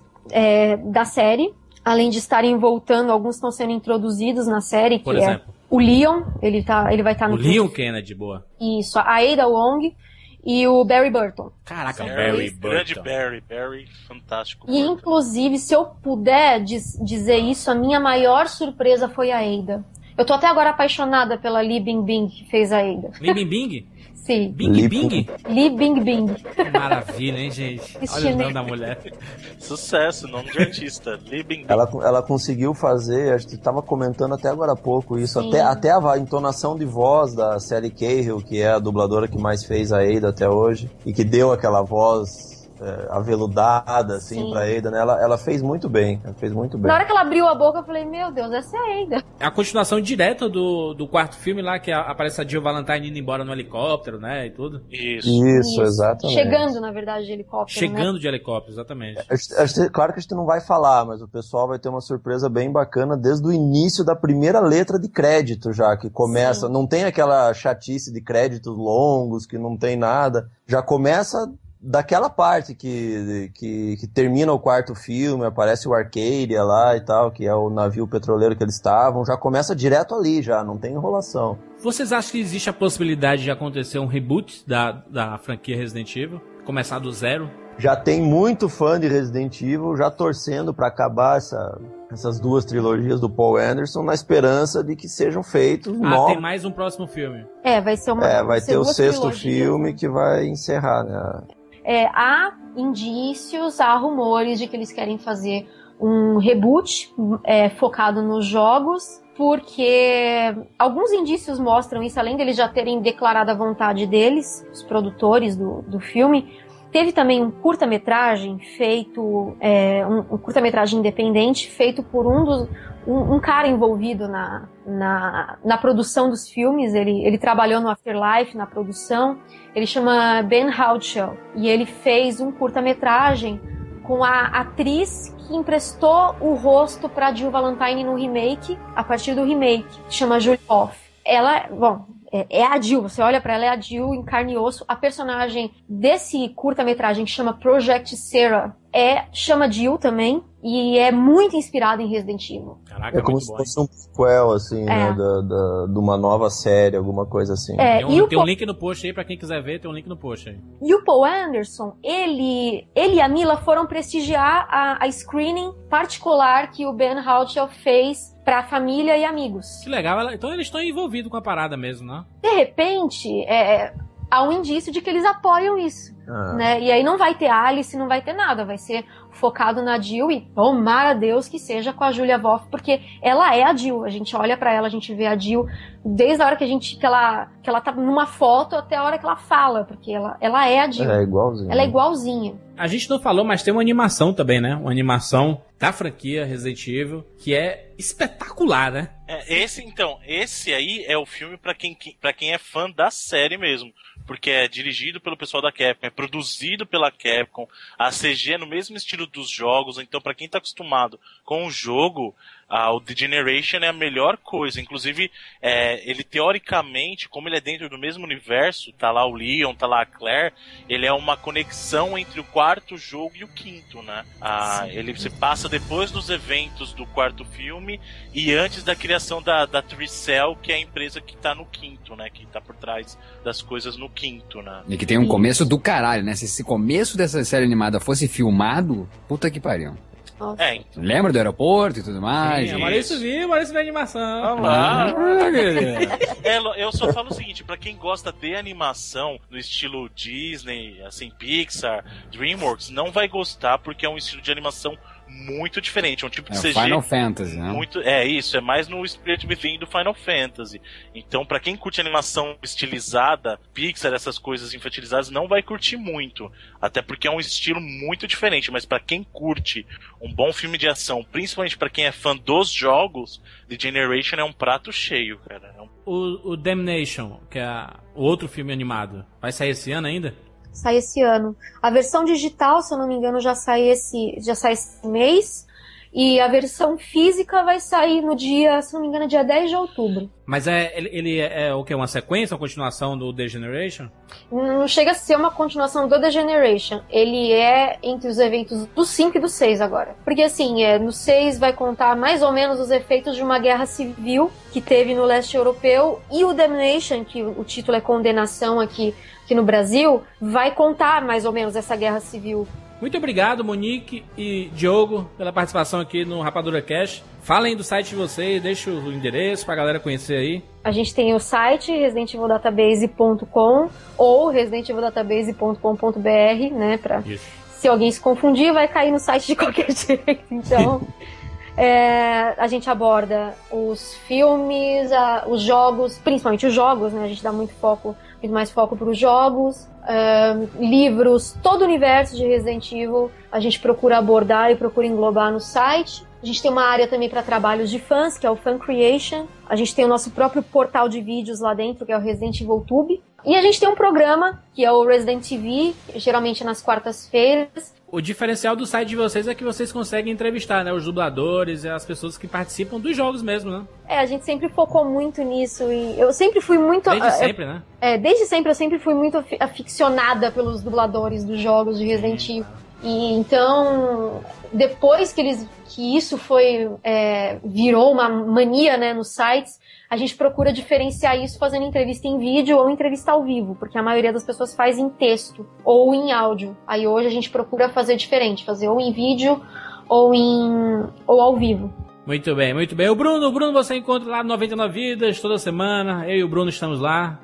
da série, além de estarem voltando, alguns estão sendo introduzidos na série, Por exemplo, o Leon, ele vai estar no... O Leon Kennedy, boa. Isso, a Ada Wong e o Barry Burton. Caraca, Barry Burton. Grande Barry, fantástico. E inclusive, se eu puder dizer isso, a minha maior surpresa foi a Ada. Eu tô até agora apaixonada pela Li Bingbing, que fez a Ada. Li Bingbing? Sim. Bing? Li Bingbing. Maravilha, hein, gente? Olha o nome da mulher. Sucesso, nome de artista. Li Bingbing. Ela conseguiu fazer, a gente tava comentando até agora há pouco isso, até a entonação de voz da Sally Cahill, que é a dubladora que mais fez a Ada até hoje, e que deu aquela voz aveludada, assim, pra Ada, né? Ela fez muito bem, Na hora que ela abriu a boca, eu falei, meu Deus, essa é a Ada. É a continuação direta do quarto filme lá, que aparece a Jill Valentine indo embora no helicóptero, né, e tudo. Isso, exatamente. Chegando, na verdade, de helicóptero, Chegando, né? De helicóptero, exatamente. Claro que a gente não vai falar, mas o pessoal vai ter uma surpresa bem bacana desde o início da primeira letra de crédito já, que começa, não tem aquela chatice de créditos longos, que não tem nada, já começa... daquela parte que termina o quarto filme, aparece o Arcadia lá e tal, que é o navio petroleiro que eles estavam, já começa direto ali, já, não tem enrolação. Vocês acham que existe a possibilidade de acontecer um reboot da franquia Resident Evil? Começar do zero? Já tem muito fã de Resident Evil já torcendo pra acabar essas duas trilogias do Paul Anderson na esperança de que sejam feitos novos. Tem mais um próximo filme. Vai ser uma... vai ter o sexto filme que vai encerrar, né? Há indícios, há rumores de que eles querem fazer um reboot focado nos jogos, porque alguns indícios mostram isso, além deles já terem declarado a vontade deles, os produtores do filme. Teve também um curta-metragem feito, um curta-metragem independente feito por um cara envolvido na produção dos filmes. Ele trabalhou no Afterlife, na produção. Ele chama Ben Houchel. E ele fez um curta-metragem com a atriz que emprestou o rosto para Jill Valentine no remake, a partir do remake, que chama Julie Hoff. Ela, é a Jill, você olha pra ela, é a Jill em carne e osso. A personagem desse curta-metragem que chama Project Sarah chama Jill também, e é muito inspirado em Resident Evil. Caraca, é como se fosse um prequel, assim, né, de uma nova série, alguma coisa assim. Tem um link no post aí pra quem quiser ver, tem um link no post aí. E o Paul Anderson, ele e a Mila foram prestigiar a screening particular que o Ben Houchel fez pra família e amigos. Que legal, então eles estão envolvidos com a parada mesmo, né? De repente, há um indício de que eles apoiam isso, né? E aí não vai ter Alice, não vai ter nada, vai ser focado na Jill, e tomara a Deus que seja com a Julia Voff, porque ela é a Jill. A gente olha pra ela, a gente vê a Jill desde a hora que ela tá numa foto até a hora que ela fala, porque ela é a Jill. Ela é igualzinha. Ela é igualzinha. A gente não falou, mas tem uma animação também, né? Uma animação da franquia Resident Evil, que é espetacular, né? Esse aí é o filme pra quem é fã da série mesmo. porque é dirigido pelo pessoal da Capcom, é produzido pela Capcom, a CG é no mesmo estilo dos jogos, então pra quem tá acostumado com o jogo, o The Generation é a melhor coisa. Inclusive, ele teoricamente, como ele é dentro do mesmo universo, tá lá o Leon, tá lá a Claire, ele é uma conexão entre o quarto jogo e o quinto, né? Ele se passa depois dos eventos do quarto filme e antes da criação da Tricell, que é a empresa que tá no quinto, né? Que tá por trás das coisas no quinto, né? E que tem um começo do caralho, né? Se esse começo dessa série animada fosse filmado, puta que pariu. Lembra do aeroporto e tudo mais? Sim, Maurício viu a animação. Eu só falo o seguinte, pra quem gosta de animação no estilo Disney, assim, Pixar, DreamWorks, não vai gostar porque é um estilo de animação muito diferente, é um tipo de CG Final Fantasy, né? É mais no Spirit Within do Final Fantasy. Então, pra quem curte animação estilizada, Pixar, essas coisas infantilizadas, não vai curtir muito, até porque é um estilo muito diferente, mas pra quem curte um bom filme de ação, principalmente pra quem é fã dos jogos, The Generation é um prato cheio, cara. O Damnation, que é o outro filme animado, vai sair esse ano ainda? Sai esse ano. A versão digital, se eu não me engano, já sai esse mês. E a versão física vai sair no dia, se não me engano, dia 10 de outubro. Mas ele é o que? Uma sequência, uma continuação do The Generation? Não chega a ser uma continuação do The Generation. Ele é entre os eventos do 5 e do 6 agora. Porque assim, no 6 vai contar mais ou menos os efeitos de uma guerra civil que teve no leste europeu. E o Damnation, que o título é Condenação aqui no Brasil, vai contar mais ou menos essa guerra civil. Muito obrigado, Monique e Diogo, pela participação aqui no Rapadura Cash. Falem do site de vocês, deixa o endereço pra galera conhecer aí. A gente tem o site ResidentEvilDatabase.com ou ResidentEvilDatabase.com.br, né? Se alguém se confundir, vai cair no site de qualquer jeito. Então, a gente aborda os filmes, os jogos, principalmente os jogos, né? A gente dá muito mais foco para os jogos, livros, todo o universo de Resident Evil a gente procura abordar e procura englobar no site. A gente tem uma área também para trabalhos de fãs, que é o Fan Creation. A gente tem o nosso próprio portal de vídeos lá dentro, que é o Resident Evil Tube. E a gente tem um programa, que é o Resident TV, geralmente nas quartas-feiras. O diferencial do site de vocês é que vocês conseguem entrevistar, né, os dubladores e as pessoas que participam dos jogos mesmo, né? A gente sempre focou muito nisso e eu sempre fui muito... Desde sempre, né? Desde sempre eu sempre fui muito aficionada pelos dubladores dos jogos de Resident Evil. E então, depois que isso virou uma mania, né, nos sites, a gente procura diferenciar isso fazendo entrevista em vídeo ou entrevista ao vivo, porque a maioria das pessoas faz em texto ou em áudio. Aí hoje a gente procura fazer diferente, fazer ou em vídeo ou ao vivo. Muito bem, muito bem. O Bruno você encontra lá no 99 Vidas toda semana. Eu e o Bruno estamos lá,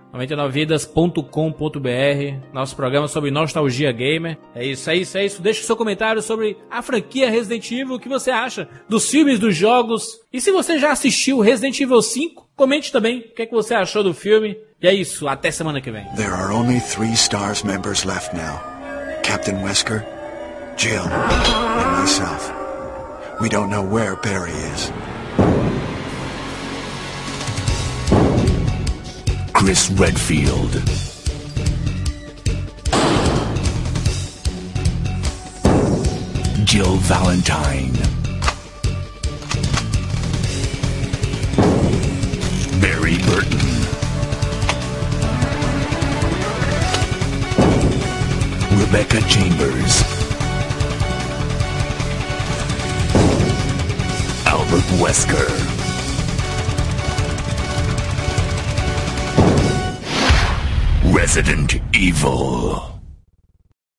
99vidas.com.br, nosso programa sobre nostalgia gamer. É isso. Deixa o seu comentário sobre a franquia Resident Evil, o que você acha dos filmes, dos jogos. E se você já assistiu Resident Evil 5, comente também o que você achou do filme. E é isso, até semana que vem. There are only 3 STARS members left now. Captain Wesker, Jill, and myself. We don't know where Barry is. Chris Redfield. Jill Valentine. Barry Burton. Rebecca Chambers. Albert Wesker. Resident Evil.